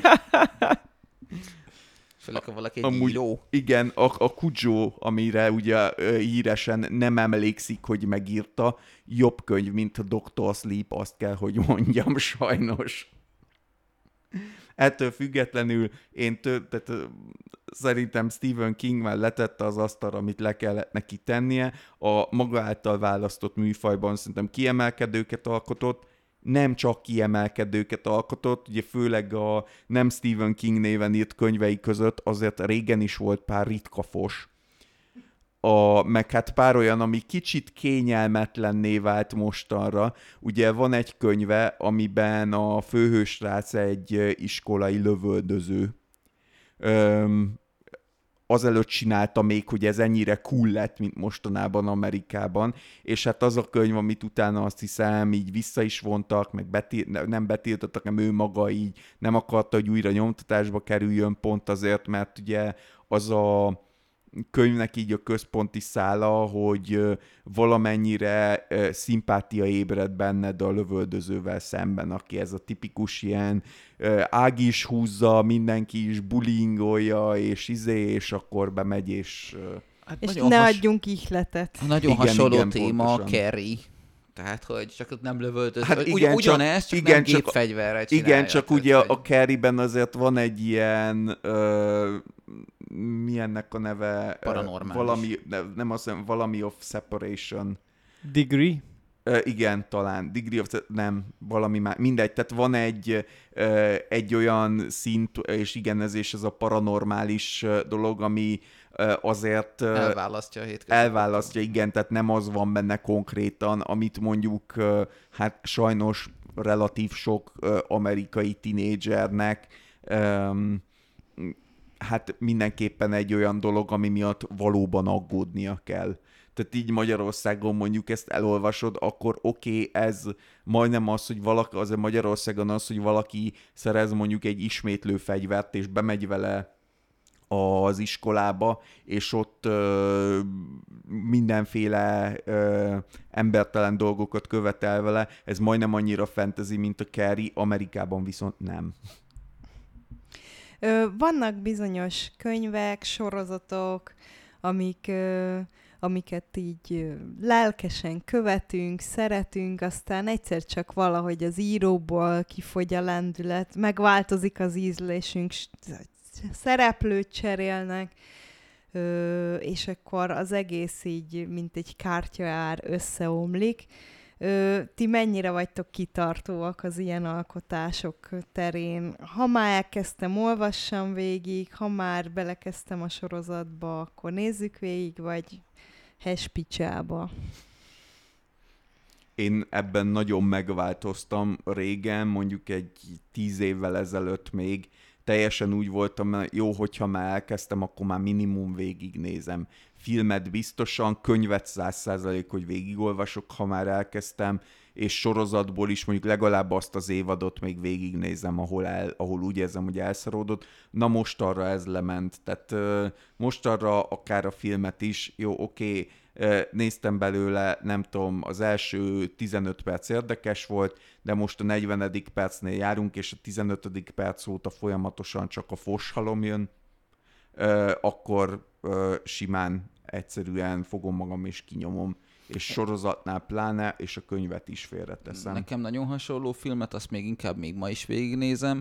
Főleg, ha valaki egy Amúgy- író. igen, a, a Cujo, amire ugye ö, híresen nem emlékszik, hogy megírta, jobb könyv, mint a doktor Sleep, azt kell, hogy mondjam, sajnos. Ettől függetlenül én tő, tehát, ö, szerintem Stephen King már letette az asztalra, amit le kellett neki tennie. A maga által választott műfajban szerintem kiemelkedőket alkotott, nem csak kiemelkedőket alkotott, ugye főleg a nem Stephen King néven írt könyvei között azért régen is volt pár ritka fos. A, meg hát pár olyan, ami kicsit kényelmetlenné vált mostanra. Ugye van egy könyve, amiben a főhősrác egy ö, iskolai lövöldöző. Öm, azelőtt csinálta még, hogy ez ennyire cool lett, mint mostanában Amerikában, és hát az a könyv, amit utána azt hiszem így vissza is vontak, meg betil- nem betiltottak, nem ő maga így nem akarta, hogy újra nyomtatásba kerüljön, pont azért, mert ugye az a könyvnek így a központi szála, hogy valamennyire szimpátia ébred benned a lövöldözővel szemben, aki ez a tipikus ilyen ági is húzza, mindenki is bullyingolja, és izé, és akkor bemegy, és... Hát és ne has... adjunk ihletet. Nagyon igen, hasonló igen, téma a pontosan. Carrie. Tehát, hogy csak nem lövöldöz. Hát Ugy, igen, ugyanezt, csak, igen, nem csak gépfegyverrel csinálja. Igen, csak tehát, ugye hogy... a Carrie-ben azért van egy ilyen, ö, mi ennek a neve? Paranormális. Valami, nem azt mondom, valami of separation. Degree? Uh, igen, talán. Degree of... Nem, valami már. Mindegy, tehát van egy, uh, egy olyan szint, és igen, ez és ez a paranormális uh, dolog, ami uh, azért... Uh, elválasztja a hétköznapot. Elválasztja, igen, tehát nem az van benne konkrétan, amit mondjuk, uh, hát sajnos relatív sok uh, amerikai tinédzsernek um, hát mindenképpen egy olyan dolog, ami miatt valóban aggódnia kell. Tehát így Magyarországon mondjuk ezt elolvasod, akkor oké, okay, ez majdnem az, hogy valaki, azért Magyarországon az, hogy valaki szerez mondjuk egy ismétlő fegyvert, és bemegy vele az iskolába, és ott ö, mindenféle ö, embertelen dolgokat követel vele. Ez majdnem annyira fantasy, mint a Carrie, Amerikában viszont nem. Ö, vannak bizonyos könyvek, sorozatok, amik... Ö, amiket így lelkesen követünk, szeretünk, aztán egyszer csak valahogy az íróból kifogy a lendület, megváltozik az ízlésünk, szereplőt cserélnek, és akkor az egész így, mint egy kártyaár összeomlik. Ti mennyire vagytok kitartóak az ilyen alkotások terén? Ha már elkezdtem, olvassam végig, ha már belekezdtem a sorozatba, akkor nézzük végig, vagy hespicsába. Én ebben nagyon megváltoztam régen, mondjuk egy tíz évvel ezelőtt még teljesen úgy voltam, jó, hogyha már elkezdtem, akkor már minimum végignézem. Filmet biztosan, könyvet száz százalék, hogy végigolvasok, ha már elkezdtem, és sorozatból is mondjuk legalább azt az évadot még végignézem, ahol, el, ahol úgy érzem, hogy elszaródott. Na most arra ez lement, tehát uh, most arra akár a filmet is, jó, oké, okay, uh, néztem belőle, nem tudom, az első tizenöt perc érdekes volt, de most a negyvenedik percnél járunk, és a tizenötödik perc óta folyamatosan csak a foshalom jön, uh, akkor uh, simán egyszerűen fogom magam és kinyomom. És sorozatnál pláne, és a könyvet is félreteszem. Nekem nagyon hasonló filmet, azt még inkább még ma is végignézem.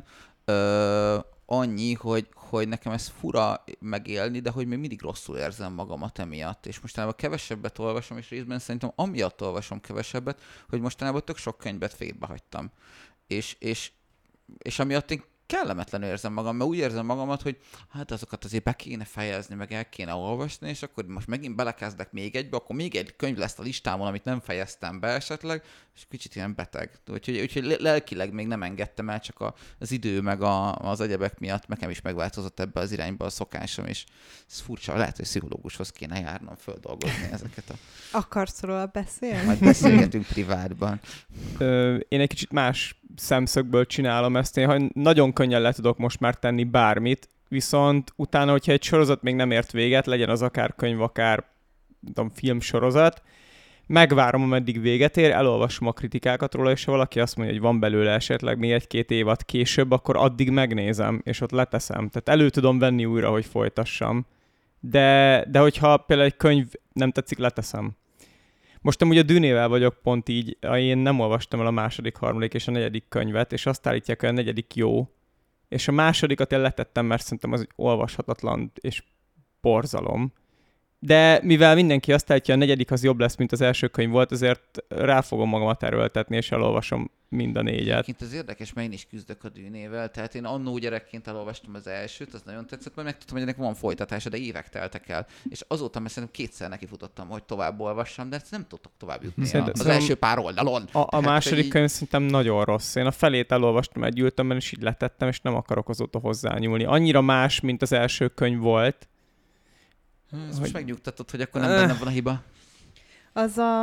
Ö, annyi, hogy, hogy nekem ez fura megélni, de hogy még mindig rosszul érzem magamat emiatt. És mostanában kevesebbet olvasom, és részben szerintem amiatt olvasom kevesebbet, hogy mostanában tök sok könyvet félbehagytam. És, és, és amiatt én kellemetlenül érzem magam, mert úgy érzem magamat, hogy hát azokat azért be kéne fejezni, meg el kéne olvasni, és akkor most megint belekezdek még egybe, akkor még egy könyv lesz a listámon, amit nem fejeztem be esetleg, és kicsit ilyen beteg. Úgyhogy, úgyhogy lelkileg még nem engedtem el, csak a, az idő meg a, az egyebek miatt nekem is megváltozott ebbe az irányba a szokásom, és ez furcsa, lehet, hogy pszichológushoz kéne járnom földolgozni ezeket a... Akarsz róla beszélni? Majd beszélgetünk privátban. Ö, én egy kicsit más szemszögből csinálom ezt, én ha nagyon könnyen le tudok most már tenni bármit, viszont utána, hogyha egy sorozat még nem ért véget, legyen az akár könyv, akár tudom, filmsorozat, megvárom, ameddig véget ér, elolvasom a kritikákat róla, és ha valaki azt mondja, hogy van belőle esetleg még egy-két évad később, akkor addig megnézem, és ott leteszem. Tehát elő tudom venni újra, hogy folytassam. De, de hogyha például egy könyv nem tetszik, leteszem. Most amúgy a Dűnével vagyok pont így, én nem olvastam el a második, harmadik és a negyedik könyvet, és azt állítják, hogy a negyedik jó, és a másodikat én letettem, mert szerintem az olvashatatlan és borzalom. De mivel mindenki azt állítja, hogy a negyedik az jobb lesz, mint az első könyv volt, ezért rá fogom magamat erőltetni, és elolvasom mind a négyet. Egyébként az érdekes, mert én is küzdök a Dűnével, tehát én annó gyerekként elolvastam az elsőt, az nagyon tetszett, mert megtudtam, hogy ennek van folytatása, de évek teltek el. És azóta már szerintem kétszer nekifutottam, hogy tovább olvassam, de ezt nem tudtok tovább jutni Szerintem, az első pár oldalon. A, a tehát, második így... könyv szerintem nagyon rossz. Én a felét elolvastam egy ültömben, és így letettem, és nem akarok azóta hozzányúlni. Annyira más, mint az első könyv volt. Ez hogy... most megnyugtatod, hogy akkor nem benne van a hiba. Az a...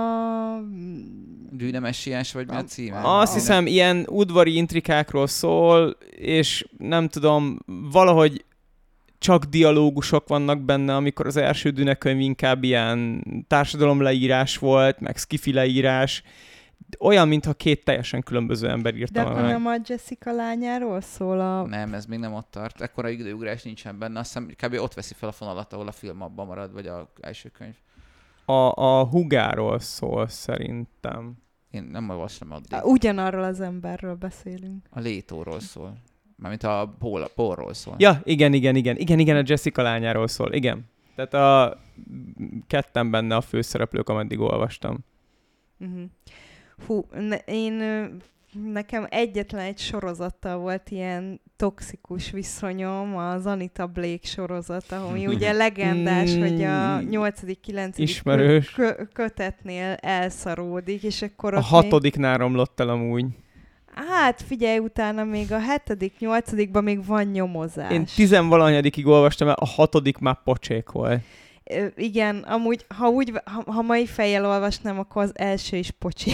Dűnemessiás, vagy mi a címe? Azt hiszem, ilyen udvari intrikákról szól, és nem tudom, valahogy csak dialógusok vannak benne, amikor az első Dune könyv inkább ilyen társadalomleírás volt, meg skifi leírás. Olyan, mintha két teljesen különböző ember írta De akkor meg. nem a Jessica lányáról szól a... Nem, ez még nem ott tart. Ekkora időugrás nincsen benne. Azt hiszem, kb. Ott veszi fel a fonalat, ahol a film abban marad, vagy az első könyv. A, a hugáról szól szerintem. Én nem olvastam addig. Ugyanarról az emberről beszélünk. A Létóról szól. Mármint a Paul, Paulról szól. Ja, igen, igen, igen. Igen, igen, a Jessica lányáról szól. Igen. Tehát a ketten benne a főszereplők, ameddig olvastam. Uh-huh. Hú, ne, én, nekem egyetlen egy sorozattal volt ilyen toxikus viszonyom, az Anita Blake sorozat, ami ugye legendás, hogy a nyolcadik kilencedik Ismerős. Kö- kötetnél elszaródik, és akkor A ott hatodiknál romlott el amúgy. Még, hát figyelj, utána még a hetedik, nyolcadikban még van nyomozás. Én tizenvalahanyadikig olvastam, a hatodik már pocsék volt. Ö, igen, amúgy, ha, úgy, ha, ha mai fejjel olvasnám, akkor az első is pocsi.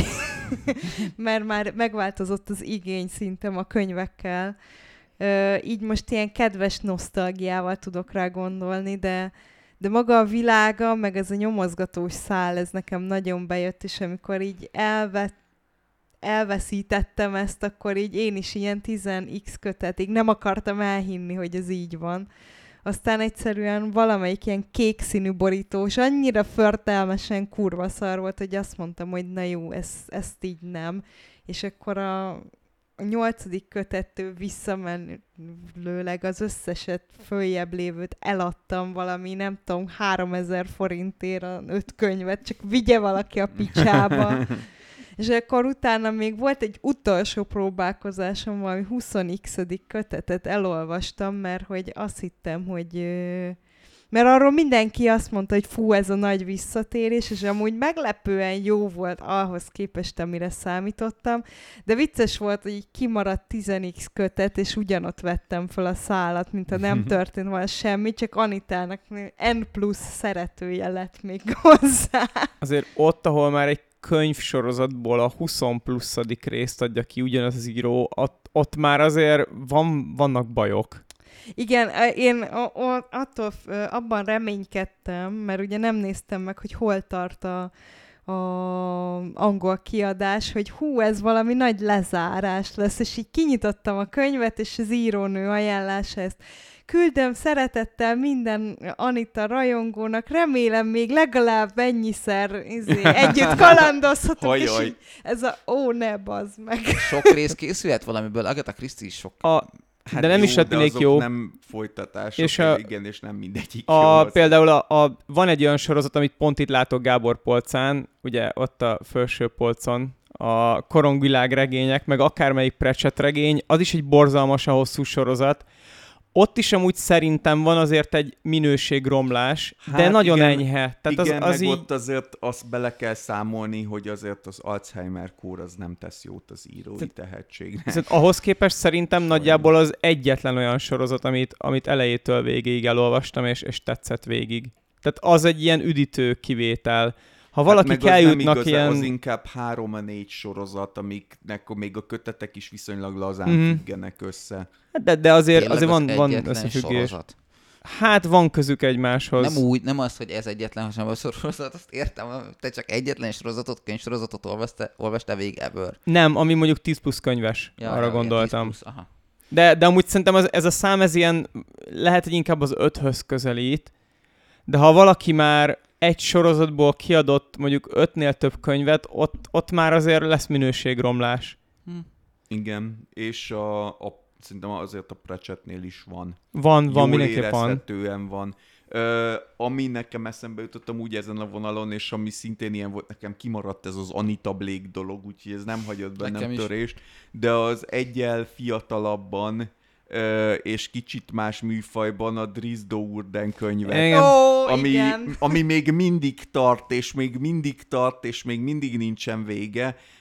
Mert már megváltozott az igény szintem a könyvekkel. Ö, így most ilyen kedves nosztalgiával tudok rá gondolni, de, de maga a világa, meg ez a nyomozgatós szál, ez nekem nagyon bejött, és amikor így elvett, elveszítettem ezt, akkor így én is ilyen tíz x kötetig nem akartam elhinni, hogy ez így van. Aztán egyszerűen valamelyik ilyen kék színű borítós, annyira förtelmesen kurva szar volt, hogy azt mondtam, hogy na jó, ez, ezt így nem. És akkor a, a nyolcadik kötettől visszamenőleg az összeset följebb lévőt eladtam valami, nem tudom, háromezer forintért a öt könyvet, csak vigye valaki a picsába. És akkor utána még volt egy utolsó próbálkozásom, valami húsz x kötetet elolvastam, mert hogy azt hittem, hogy... Mert arról mindenki azt mondta, hogy fú, ez a nagy visszatérés, és amúgy meglepően jó volt ahhoz képest, amire számítottam, de vicces volt, hogy így kimaradt tíz x kötet, és ugyanott vettem fel a szálat, mint ha nem történt volna semmi, csak Anitának N plusz szeretője lett még hozzá. Azért ott, ahol már egy könyvsorozatból a húsz pluszadik részt adja ki ugyanaz az író, ott, ott már azért van, vannak bajok. Igen, én a, a, attól abban reménykedtem, mert ugye nem néztem meg, hogy hol tart a, a angol kiadás, hogy hú, ez valami nagy lezárás lesz, és így kinyitottam a könyvet, és az írónő ajánlása ezt küldöm szeretettel minden Anita rajongónak, remélem még legalább ennyiszer izé, együtt kalandozhatok, és így ez a ó, ne bazd meg. Sok rész készülhet valamiből, Agatha Christie is sok. A, Hát de nem jó, is letnék jó. nem folytatások, és a, igen, és nem mindegyik a, jó. Például a, a, van egy olyan sorozat, amit pont itt látok Gábor polcán, ugye ott a felső polcon, a korongvilág regények, meg akármelyik Pratchett regény, az is egy borzalmasan hosszú sorozat. Ott is amúgy szerintem van azért egy minőségromlás, hát de nagyon igen, enyhe. Tehát igen, az, az meg így... ott azért azt bele kell számolni, hogy azért az Alzheimer-kór az nem tesz jót az írói Tehát, tehetségnek. Tehát ahhoz képest szerintem nagyjából az egyetlen olyan sorozat, amit, amit elejétől végéig elolvastam, és, és tetszett végig. Tehát az egy ilyen üdítő kivétel. Ha valaki hát eljutnak az ilyen... Az inkább három a négy sorozat, amiknek még a kötetek is viszonylag lazán Mhm. függenek össze. De, de azért, Tényleg azért van, az van egyetlen összefüggés. sorozat. Hát van közük egymáshoz. Nem úgy, nem az, hogy ez egyetlen, hanem a sorozat, azt értem, te csak egyetlen sorozatot, könyvsorozatot olvastál, olvastál végig ebből. Nem, ami mondjuk tíz plusz könyves, Ja, arra ja, gondoltam. tíz plusz, aha. De, de amúgy szerintem az, ez a szám, ez ilyen, lehet, hogy inkább az öthöz közelít, de ha valaki már egy sorozatból kiadott mondjuk ötnél több könyvet, ott, ott már azért lesz minőségromlás. Hm. Igen, és a, a, szerintem azért a Pratchettnél is van. Van, van, Jól mindenképp van. érezhetően van. Ö, ami nekem eszembe jutottam úgy ezen a vonalon, és ami szintén ilyen volt, nekem kimaradt ez az Anita Blake dolog, úgyhogy ez nem hagyott bennem törést, de az egyel fiatalabban ö, és kicsit más műfajban a Drizzt Do'Urden könyvet. Igen. Ó, Ami, igen. ami még mindig tart, és még mindig tart, és még mindig nincsen vége.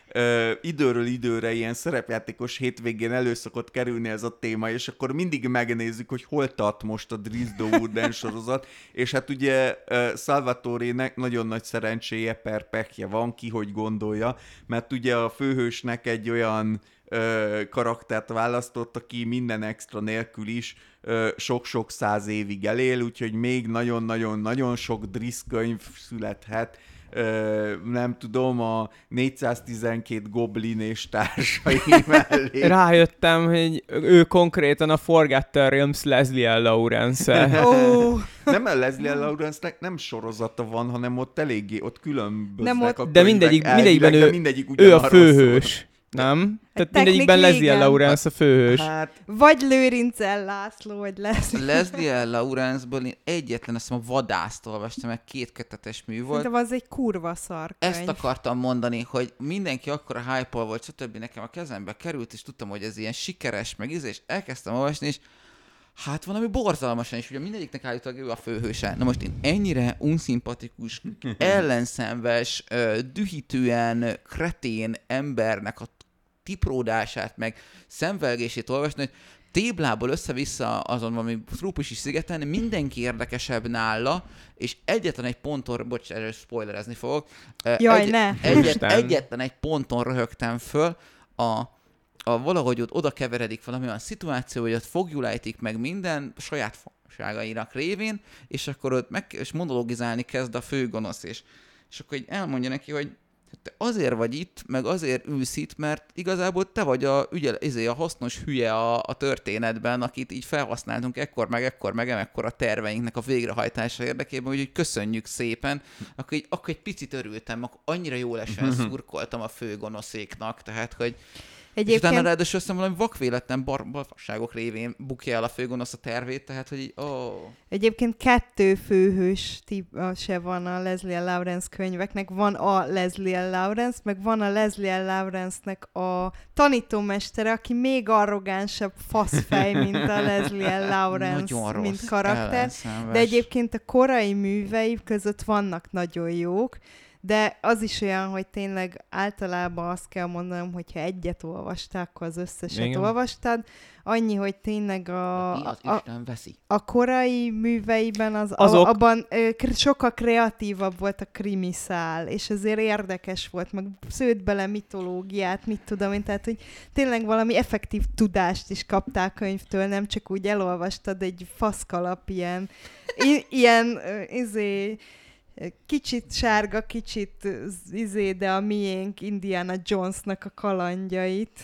ö, időről időre ilyen szerepjátékos hétvégén elő szokott kerülni ez a téma, és akkor mindig megnézzük, hogy hol tart most a Drizzt Do'Urden sorozat, és hát ugye ö, Salvatore-nek nagyon nagy szerencséje per pekje van, ki hogy gondolja, mert ugye a főhősnek egy olyan ö, karaktert választott, aki minden extra nélkül is ö, sok-sok száz évig elél, úgyhogy még nagyon-nagyon-nagyon sok Drizzt könyv születhet, Ö, nem tudom, a négyszáztizenkét goblin és társai mellé. Rájöttem, hogy ő konkrétan a Forgotten Realms Leslie Lawrence. Ó, Nem a Leslie Lawrence-nek nem sorozata van, hanem ott eléggé, ott különböznek Nem ott- a De mindegyik, könyvek mindegyikben elvileg, ő, de mindegyik ő a ugyanarról főhős. Nem? Tehát mindegyikben technically Leslie igen. Lawrence a főhős. szól. Hát, vagy Lőrincel László, vagy lesz. Leslie Lawrence-ből én egyetlen, azt hiszem a Vadászt olvastam, meg két kötetes mű volt. Szerintem az egy kurva szar könyv. Ezt akartam mondani, hogy mindenki akkora hype-ol volt, stb. Nekem a kezembe került, és tudtam, hogy ez ilyen sikeres, meg íz, és elkezdtem olvasni, és hát valami borzalmasan is, ugye mindegyiknek állítólag ő a főhőse. Na most én ennyire unszimpatikus, ellenszenves, ö, dühítően kretén embernek a tipródását, meg szemvelgését olvasni, hogy téblából össze-vissza azon valami trópusi szigeten mindenki érdekesebb nála, és egyetlen egy ponton, bocs, erről spoilerezni fogok, ö, Jaj, egy, ne! Egyet, Isten. egyetlen egy ponton röhögtem föl, a a valahogy ott oda keveredik valami olyan szituáció, hogy ott fogjulejtik meg minden saját fasságainak révén, és akkor ott meg, és monologizálni kezd a főgonosz is. És akkor így elmondja neki, hogy te azért vagy itt, meg azért ülsz itt, mert igazából te vagy a, ügyel, izé, a hasznos hülye a, a történetben, akit így felhasználtunk ekkor, meg ekkor, meg emekkor a terveinknek a végrehajtása érdekében, úgyhogy köszönjük szépen. Akkor, így, akkor egy picit örültem, akkor annyira jól esően szurkoltam a főgonoszéknak, tehát, hogy és utána Egyébként ráadásul aztán valami vakvéletlen bar- barfasságok révén bukja el a főgonosz a tervét, tehát hogy így, ó... Egyébként kettő főhős típ se van a Leslie Lawrence könyveknek. Van a Leslie Lawrence, meg van a Leslie Lawrence-nek a tanítómestere, aki még arrogánsabb faszfej, mint a Leslie Lawrence, Nagyon rossz, mint karakter. ellenszenves. De egyébként a korai művei között vannak nagyon jók, de az is olyan, hogy tényleg általában azt kell mondanom, hogyha egyet olvastál, akkor az összeset Igen. olvastad. Annyi, hogy tényleg a, Ki az a, Isten veszi? a korai műveiben az, Azok- a, abban ö, kr- sokkal kreatívabb volt a krimiszál, és ezért érdekes volt, meg szőtt bele mitológiát, mit tudom én, tehát hogy tényleg valami effektív tudást is kaptál könyvtől, nem csak úgy elolvastad egy faszkalap ilyen, i- ilyen ö, izé, kicsit sárga, kicsit izé, de a miénk Indiana Jonesnak a kalandjait.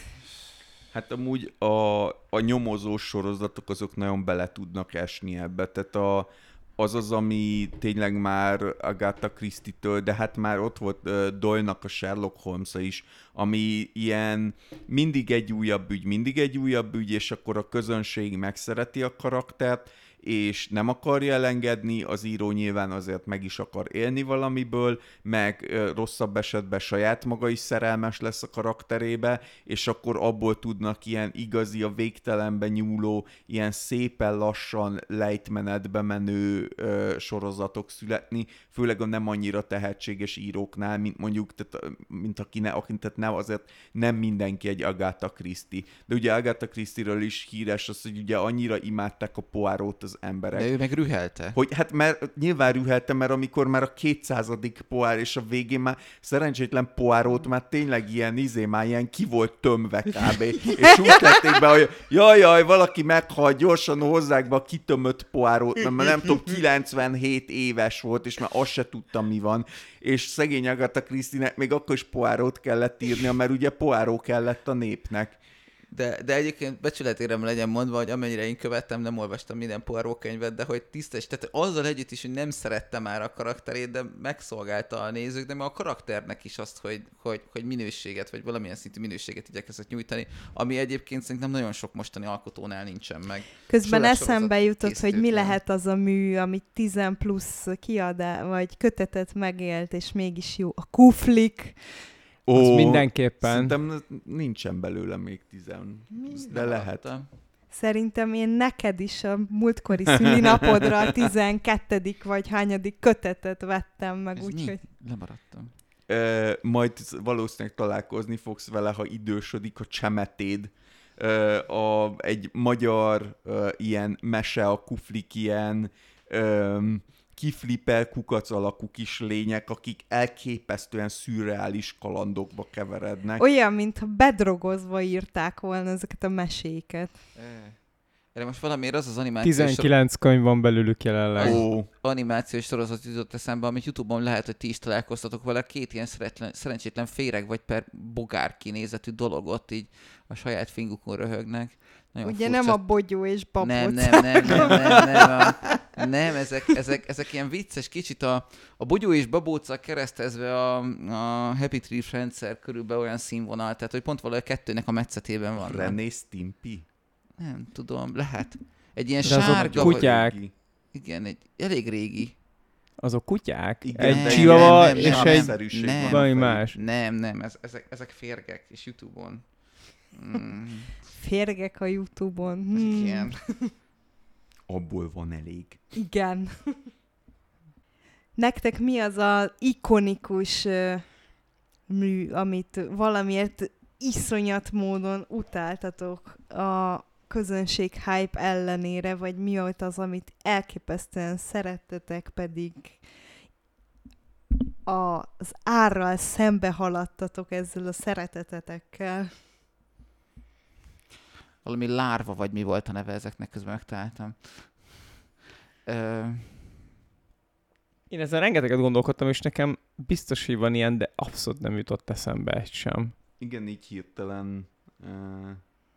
Hát amúgy a, a nyomozós sorozatok azok nagyon bele tudnak esni ebbe, tehát a, az az, ami tényleg már Agatha Christie-től, de hát már ott volt uh, Doyle-nak a Sherlock Holmes-a is, ami ilyen mindig egy újabb ügy, mindig egy újabb ügy, és akkor a közönség megszereti a karaktert, és nem akarja elengedni, az író nyilván azért meg is akar élni valamiből, meg ö, rosszabb esetben saját maga is szerelmes lesz a karakterébe, és akkor abból tudnak ilyen igazi, a végtelenbe nyúló, ilyen szépen lassan lejtmenetbe menő ö, sorozatok születni, főleg a nem annyira tehetséges íróknál, mint mondjuk, tehát, mint aki ne, aki, tehát nem, azért nem mindenki egy Agatha Christie. De ugye Agatha Christie-ről is híres az, hogy ugye annyira imádták a Poirot az emberek. De ő meg rühelte. Hogy hát mert nyilván rüheltem, mert amikor már a kétszázadik Poirot és a végén már szerencsétlen Poirot már tényleg ilyen izé, már ilyen ki volt tömve kb. És úgy lették be, hogy jaj, jaj, valaki meghal, gyorsan hozzák be a kitömött Poirot, mert már nem tudom, kilencvenhét éves volt, és már azt se tudtam, mi van. És szegény Agatha Christie-nek még akkor is Poirot kellett írnia, mert ugye Poirot kellett a népnek. De, de egyébként becsületére legyen mondva, hogy amennyire én követtem, nem olvastam minden Poirot könyvet, de hogy tisztes, tehát azzal együtt is, hogy nem szerette már a karakterét, de megszolgálta a nézők, de már a karakternek is azt, hogy, hogy, hogy minőséget, vagy valamilyen szintű minőséget igyekezett nyújtani, ami egyébként szerintem nagyon sok mostani alkotónál nincsen meg. Közben Sorás eszembe sorozat jutott, hogy mi készítőknél. lehet az a mű, amit tíz plusz kiadá, vagy kötetet megélt, és mégis jó. A kuflik. Az Ó, mindenképpen. Szerintem nincsen belőle még tizen, de Nem lehet. adtam. Szerintem én neked is a múltkori szülinapodra a tizenkettedik vagy hányadik kötetet vettem meg, Ez úgyhogy mi? Lemaradtam. Ö, majd valószínűleg találkozni fogsz vele, ha idősödik a Csemetéd. Ö, a, egy magyar ö, ilyen mese, a kuflik ilyen ö, kiflipel kukac alakú kis lények, akik elképesztően szürreális kalandokba keverednek. Olyan, mintha bedrogozva írták volna ezeket a meséket. Erre most valamiért az az animációs, tizenkilenc könyv van belőlük jelenleg. Ó, animációs sorozat jutott eszembe, amit YouTube-on lehet, hogy ti is találkoztatok vele, két ilyen szeretlen, szerencsétlen féreg vagy per bogár kinézetű dologot így a saját fingukon röhögnek. Nagyon Ugye furcsa. nem a bogyó és babóc. Nem, nem, nem, nem, nem, nem, a, nem ezek, ezek, ezek ilyen vicces, kicsit a, a bogyó és babóccal keresztezve a, a Happy Tree rendszer körülbelül olyan színvonal, tehát hogy pont valahogy a kettőnek a metszetében van. René Stimpy? Nem tudom, lehet. Egy ilyen De azok sárga... kutyák. Vagy, igen, egy elég régi. Azok kutyák? Igen, egy de chihuahua nem, nem, és nem, egy... egyszerűség nem. van a valami fejük. más. Nem, nem, ez, ezek, ezek férgek, és YouTube-on. Mm, Férgek a YouTube-on. Hmm. igen. Abból van elég. Igen. Nektek mi az az ikonikus uh, mű, amit valamiért iszonyat módon utáltatok a közönség hype ellenére, vagy mi volt az, amit elképesztően szerettetek, pedig a, az árral szembe haladtatok ezzel a szeretetetekkel? Valami lárva, vagy mi volt a neve ezeknek, közben megtaláltam. Ö, Én ezen rengeteget gondolkodtam, és nekem biztos, hogy van ilyen, de abszolút nem jutott eszembe egy sem. Igen, így hirtelen... Uh...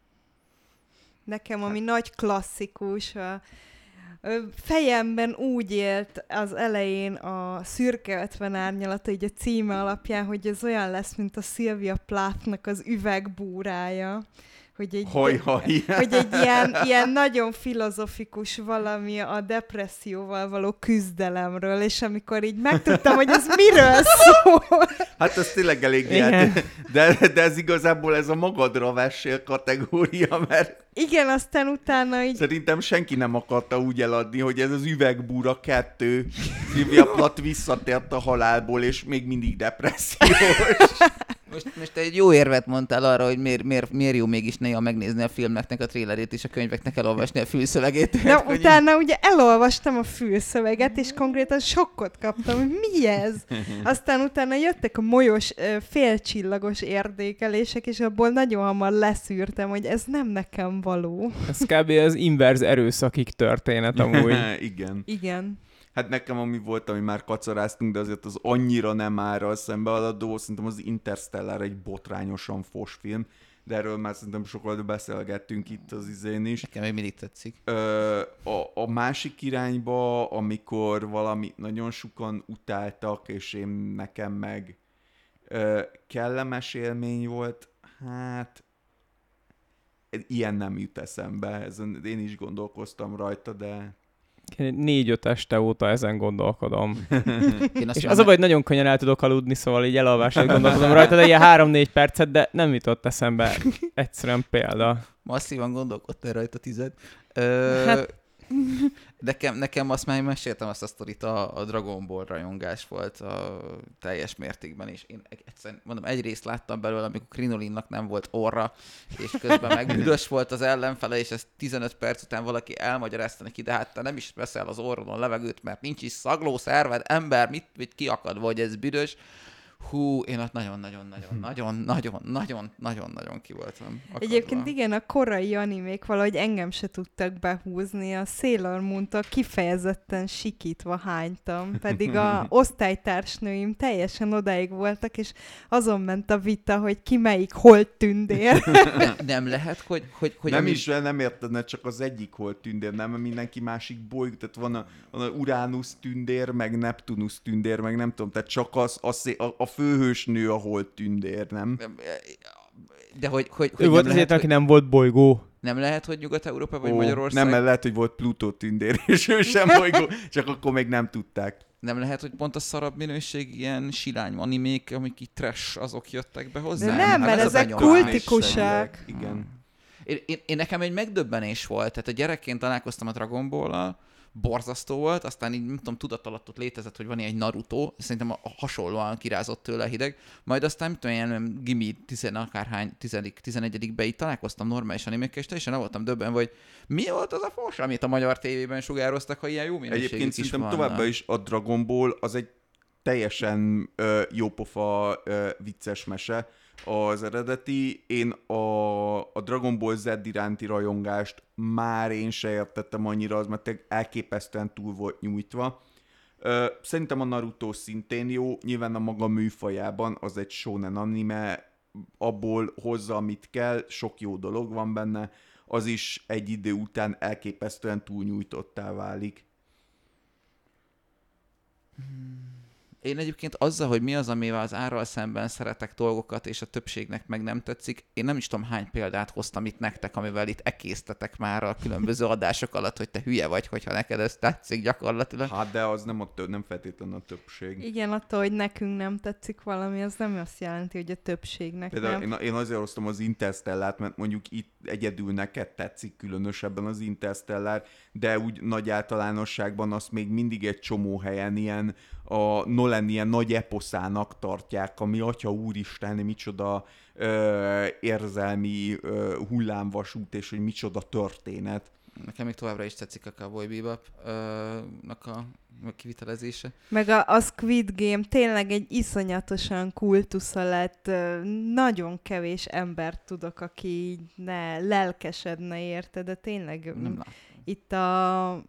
Nekem, ami nagy klasszikus, a ö, fejemben úgy élt az elején a Szürke ötven árnyalata, így a címe alapján, hogy ez olyan lesz, mint a Sylvia Plathnak az Üvegbúrája. Hogy egy, Haj, haj. hogy egy ilyen, ilyen nagyon filozofikus valami a depresszióval való küzdelemről, és amikor így megtudtam, hogy ez miről szól. Hát ez tényleg elég Igen. ilyet. De, de ez igazából ez a magadra vessél kategória, mert Igen, aztán utána így szerintem senki nem akarta úgy eladni, hogy ez az Üvegbúra kettő. Sylvia Plath visszatért a halálból, és még mindig depressziós. most, most te egy jó érvet mondtál arra, hogy miért, miért, miért jó mégis néha megnézni a filmeknek a trélerét és a könyveknek elolvasni a fülszövegét. Na, hogy utána ugye elolvastam a fülszöveget, és konkrétan sokkot kaptam, hogy mi ez? Aztán utána jöttek a molyos, ö, félcsillagos értékelések, és abból nagyon hamar leszűrtem, hogy ez nem nekem való. Ez kb. Az inverz erőszakig történet amúgy. Igen. Igen. Hát nekem ami volt, ami már kacaráztunk, de azért az annyira nem árral szembeadó, szerintem az Interstellar egy botrányosan fos film, de erről már szerintem sokat beszélgettünk itt az izén is. Nekem még mindig tetszik. Ö, a, a másik irányba, amikor valamit nagyon sokan utáltak, és én nekem meg ö, kellemes élmény volt, hát ilyen nem jut eszembe. Ezen én is gondolkoztam rajta, de... Négy-öt este óta ezen gondolkodom. Én azt És az a mondom, baj, hogy nagyon könnyen el tudok aludni, szóval így elalvásra gondolkodom rajta, de ilyen három-négy percet, de nem jutott eszembe egyszerűen példa. masszívan gondolkodtál rajta tized. Ö, Hát- nekem, nekem azt már meséltem azt a sztorit, a, a Dragon Ball rajongás volt a teljes mértékben, és én egyszerűen, mondom, egy részt láttam belőle, amikor Krinolinnak nem volt orra, és közben meg büdös volt az ellenfele, és ezt tizenöt perc után valaki elmagyarázta neki, de hát te nem is veszel az orrodon a levegőt, mert nincs is szagló szerved, ember, mit, mit kiakadva, hogy ez büdös. Hú, én ott nagyon-nagyon-nagyon-nagyon-nagyon-nagyon-nagyon ki voltam akadva. Egyébként igen, a korai animék valahogy engem se tudtak behúzni. A Sailor Moon-tól kifejezetten sikítva hánytam, pedig a osztálytársnőim teljesen odáig voltak, és azon ment a vita, hogy ki melyik holt tündér. De nem lehet, hogy... hogy, hogy nem ami- is, nem értene, csak az egyik volt tündér, nem mindenki másik bolygó, tehát van a, van a Uranus tündér, meg Neptunus tündér, meg nem tudom, tehát csak az, a, szé- a, a főhősnő a holt tündér, nem? De hogy, hogy, hogy Ő volt nem, azért, lehet, aki nem volt bolygó. nem lehet, hogy Nyugat-Európa vagy Ó, Magyarország... Nem, mert lehet, hogy volt Plutó tündér, és ő sem bolygó, csak akkor még nem tudták. Nem lehet, hogy pont a szarabb minőség ilyen silány animék, amik itt trash, azok jöttek be hozzá? De nem, Hát mert ez a ezek benyomás. kultikusak. Igen. Én, én, én nekem egy megdöbbenés volt, tehát a gyerekként találkoztam a Dragon Ball-al, borzasztó volt, aztán így, nem tudom, tudat alatt ott létezett, hogy van egy Naruto, szerintem a, hasonlóan kirázott tőle a hideg, majd aztán, mit tudom, ilyen gimi tizen akárhány, tizedik, tizenegyedikbe így találkoztam normális animékkel, és teljesen el voltam döbben, hogy mi volt az a fos, amit a magyar tévében sugároztak, ha ilyen jó minőségük Egyébként is szerintem vannak. továbbá is a Dragon Ball az egy teljesen ö, jópofa ö, vicces mese az eredeti. Én a, a Dragon Ball Z iránti rajongást már én se értettem annyira, az mert elképesztően túl volt nyújtva. Ö, szerintem a Naruto szintén jó, nyilván a maga műfajában az egy shonen anime, abból hozza, amit kell, sok jó dolog van benne, az is egy idő után elképesztően túlnyújtottá válik. Én egyébként azzal, hogy mi az, amivel az árral szemben szeretek dolgokat, és a többségnek meg nem tetszik, én nem is tudom hány példát hoztam itt nektek, amivel itt ekésztetek már a különböző adások alatt, hogy te hülye vagy, hogyha neked ez tetszik gyakorlatilag. Hát de az nem, a tö- nem feltétlenül a többség. Igen, attól, hogy nekünk nem tetszik valami, az nem azt jelenti, hogy a többségnek Például nem. én, én azért hoztam az Interstellát, mert mondjuk itt egyedül neked tetszik különösebben az Interstellar, de úgy nagy általánosságban azt még mindig egy csomó helyen ilyen a Nolan ilyen nagy eposzának tartják, ami atya úristen, micsoda ö, érzelmi ö, hullámvasút, és hogy micsoda történet. Nekem még továbbra is tetszik a Cowboy Bebop-nak a kivitelezése. Meg a, a Squid Game tényleg egy iszonyatosan kultusza lett, nagyon kevés embert tudok, aki így ne lelkesedne érte, de tényleg Nem látom. itt a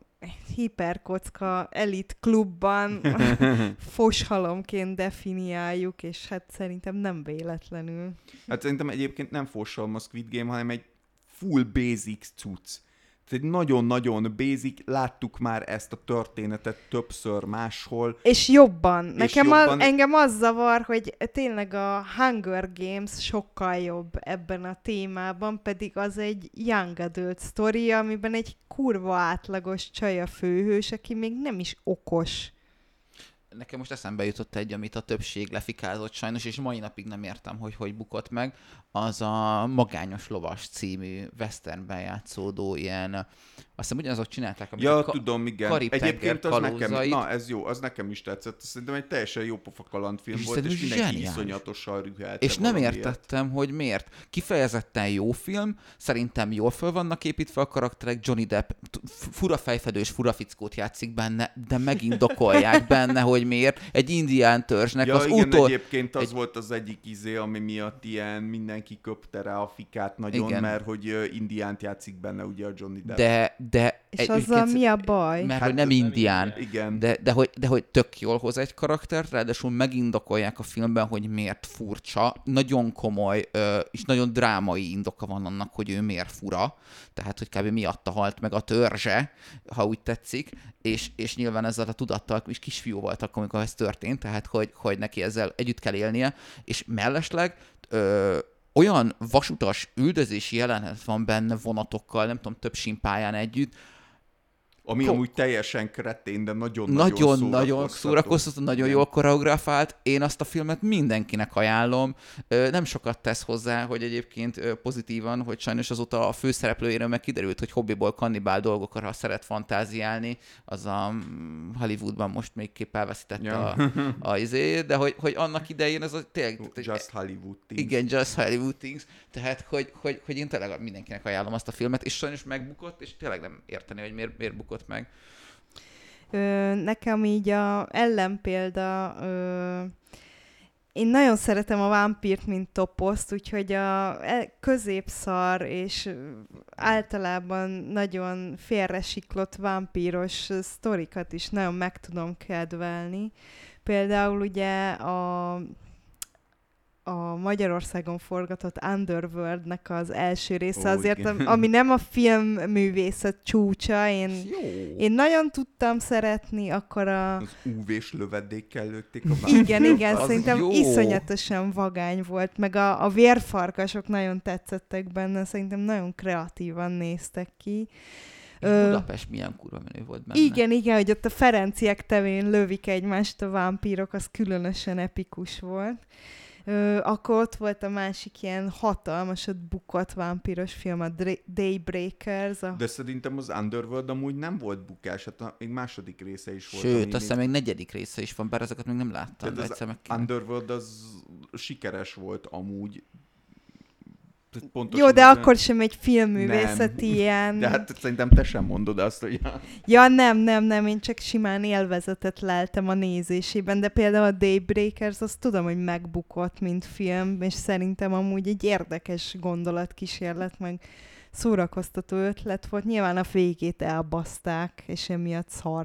hiperkocka elit klubban foshalomként definiáljuk, és hát szerintem nem véletlenül. Hát szerintem egyébként nem fossalom a Squid Game, hanem egy full basic cucc. Tehát egy nagyon-nagyon basic, láttuk már ezt a történetet többször máshol. És jobban. És Nekem jobban... Az, engem az zavar, hogy tényleg a Hunger Games sokkal jobb ebben a témában, pedig az egy young adult story, amiben egy kurva átlagos csaj a főhős, aki még nem is okos. Nekem most eszembe jutott egy, amit a többség lefikázott sajnos, és mai napig nem értem, hogy hogy bukott meg. Az a Magányos Lovas című westernben játszódó ilyen, azt hiszem ugyanazok csinálták, amit Ja, a ka- tudom, igen. Karib-tenger Egyébként az nekem, kalózait. na ez jó, az nekem is tetszett. Szerintem egy teljesen jó pofa kalandfilm És volt, és szerintem mindenki zseniális. iszonyatosan rühelte És nem valamiért. értettem, hogy miért. Kifejezetten jó film, szerintem jól föl vannak építve a karakterek, Johnny Depp t- fura fejfedős, fura fickót játszik benne, de megindokolják benne, hogy miért. Egy indián törzsnek Ja, az igen, utol... egyébként az egy- volt az egyik izé, ami miatt ilyen mindenki köpte rá a fikát nagyon, Igen. mert hogy ö, indiánt játszik benne ugye a Johnny Depp. De, de... És egyébként azzal mi a baj? Mert Hát hogy nem nem indián. Igen. De, de, hogy, de hogy tök jól hoz egy karaktert, ráadásul megindokolják a filmben, hogy miért furcsa. Nagyon komoly ö, és nagyon drámai indoka van annak, hogy ő miért fura. Tehát, hogy kb. Miatta halt meg a törzse, ha úgy tetszik. És, és nyilván ezzel a tudattal is kisfiú volt akkor, amikor ez történt, tehát hogy, hogy neki ezzel együtt kell élnie. És mellesleg ö, olyan vasutas üldözési jelenet van benne vonatokkal, nem tudom, több simpályán együtt, Ami Ko- amúgy teljesen kretén, de nagyon-nagyon Nagyon-nagyon szórakoztató, nagyon Igen. jól koreografált. Én azt a filmet mindenkinek ajánlom. Ö, Nem sokat tesz hozzá, hogy egyébként ö, pozitívan, hogy sajnos azóta a főszereplőjéről meg kiderült, hogy hobbiból kannibál dolgokra szeret fantáziálni. Az a mm, Hollywoodban most még képp elveszítette Ja. a, a izé, de hogy, hogy annak idején ez a tényleg... Just Hollywood things. Igen, Just Hollywood Things. Tehát, hogy, hogy, hogy én tényleg mindenkinek ajánlom azt a filmet, és sajnos megbukott, és tényleg nem érteni, hogy miért, miért bukott meg. Ö, nekem így a ellenpélda, ö, én nagyon szeretem a vámpírt, mint toposzt, úgyhogy a e- középszar és ö, általában nagyon félresiklott vámpíros ö, sztorikat is nagyon meg tudom kedvelni. Például ugye a a Magyarországon forgatott Underworld-nek az első része, Ó, azért, igen. ami nem a filmművészet csúcsa, én, Jó. én nagyon tudtam szeretni, akkor a... Az ú vés lövedékkel lőtték a Igen, igen, Az szerintem jó. iszonyatosan vagány volt, meg a, a vérfarkasok nagyon tetszettek benne, szerintem nagyon kreatívan néztek ki. Ö, Budapest milyen kurva menő volt benne. igen, igen, hogy ott a Ferenciek tevén lövik egymást a vámpírok, az különösen epikus volt. Ö, akkor ott volt a másik ilyen hatalmasat bukott vámpíros film, a Dra- Daybreakers. A... De szerintem az Underworld amúgy nem volt bukás, hát a, még második része is volt. Sőt, azt hiszem még negyedik része is van, bár ezeket még nem láttam. Tehát egyszer az meg kéne. Underworld az sikeres volt amúgy. Jó, de akkor sem egy filmművészeti nem. ilyen... De hát szerintem te sem mondod azt, hogy... Ja, nem, nem, nem, én csak simán élvezetet leltem a nézésében, de például a Daybreakers, azt tudom, hogy megbukott, mint film, és szerintem amúgy egy érdekes gondolatkísérlet, meg szórakoztató ötlet volt. Nyilván a végét elbaszták, és emiatt szar.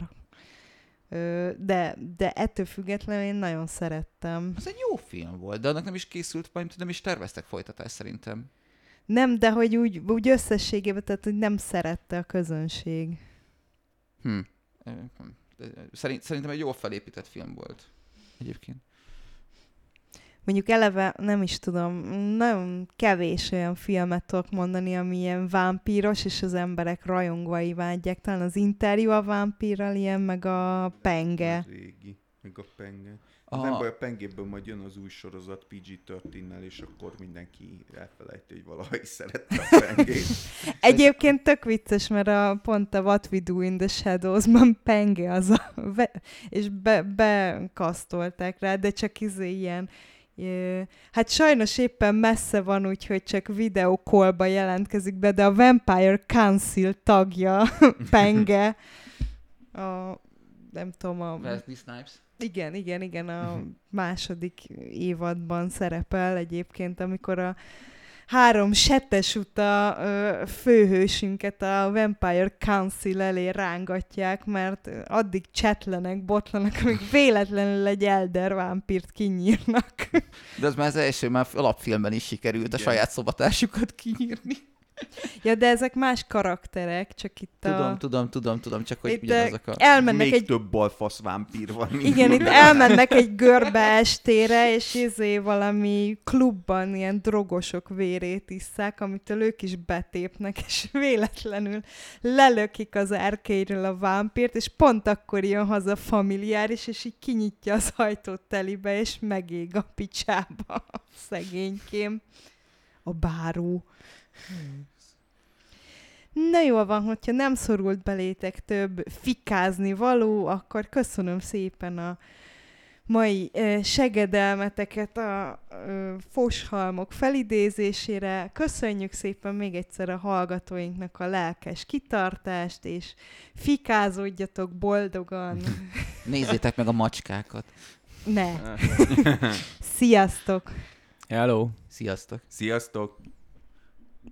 Ö, De, de ettől függetlenül én nagyon szerettem. Ez egy jó film volt, de annak nem is készült, majd nem is terveztek folytatást szerintem. Nem, de hogy úgy, úgy összességében, tehát hogy nem szerette a közönség. Hm. Szerint, szerintem egy jól felépített film volt. Egyébként. Mondjuk eleve, nem is tudom, nagyon kevés olyan filmet tudok mondani, ami ilyen vámpíros, és az emberek rajongva imádják. Talán az Interjú a vámpírral ilyen, meg a Penge. A régi, meg a Penge. Az Aha. nem baj, a Pengéből majd jön az új sorozat pé gé tizennél, és akkor mindenki elfelejti, hogy valaha is szerette a Pengét. Egyébként tök vicces, mert a, pont a What We Do in the Shadows-ban Penge az a... Ve, és be, bekasztolták rá, de csak izé ilyen... Ö, hát sajnos éppen messze van, úgyhogy csak videókolba jelentkezik be, de a Vampire Council tagja Penge. A, nem tudom, a... Wesley Snipes. Igen, igen, igen, a második évadban szerepel egyébként, amikor a három setes uta ö, főhősünket a Vampire Council elé rángatják, mert addig csetlenek, botlanak, amíg véletlenül egy elder vámpírt kinyírnak. De az már az első, már alapfilmben is sikerült Igen. a saját szobatársukat kinyírni. Ja, de ezek más karakterek, csak itt Tudom, a... tudom, tudom, tudom, csak hogy itt ugyanazok a... elmennek Még egy... több balfasz vámpír van. mint Igen, itt minden. elmennek egy görbe estére, és izé valami klubban ilyen drogosok vérét isszák, amitől ők is betépnek, és véletlenül lelökik az erkélyről a vámpírt, és pont akkor jön haza familiáris, és így kinyitja az ajtót telibe, és megég a picsába szegénykém. A báró. Na jól van, hogyha nem szorult belétek több fikázni való, akkor köszönöm szépen a mai ö, segedelmeteket a ö, foshalmok felidézésére. Köszönjük szépen még egyszer a hallgatóinknak a lelkes kitartást, és fikázódjatok boldogan. Nézzétek meg a macskákat. Ne. Sziasztok! Hello! Sziasztok! Sziasztok!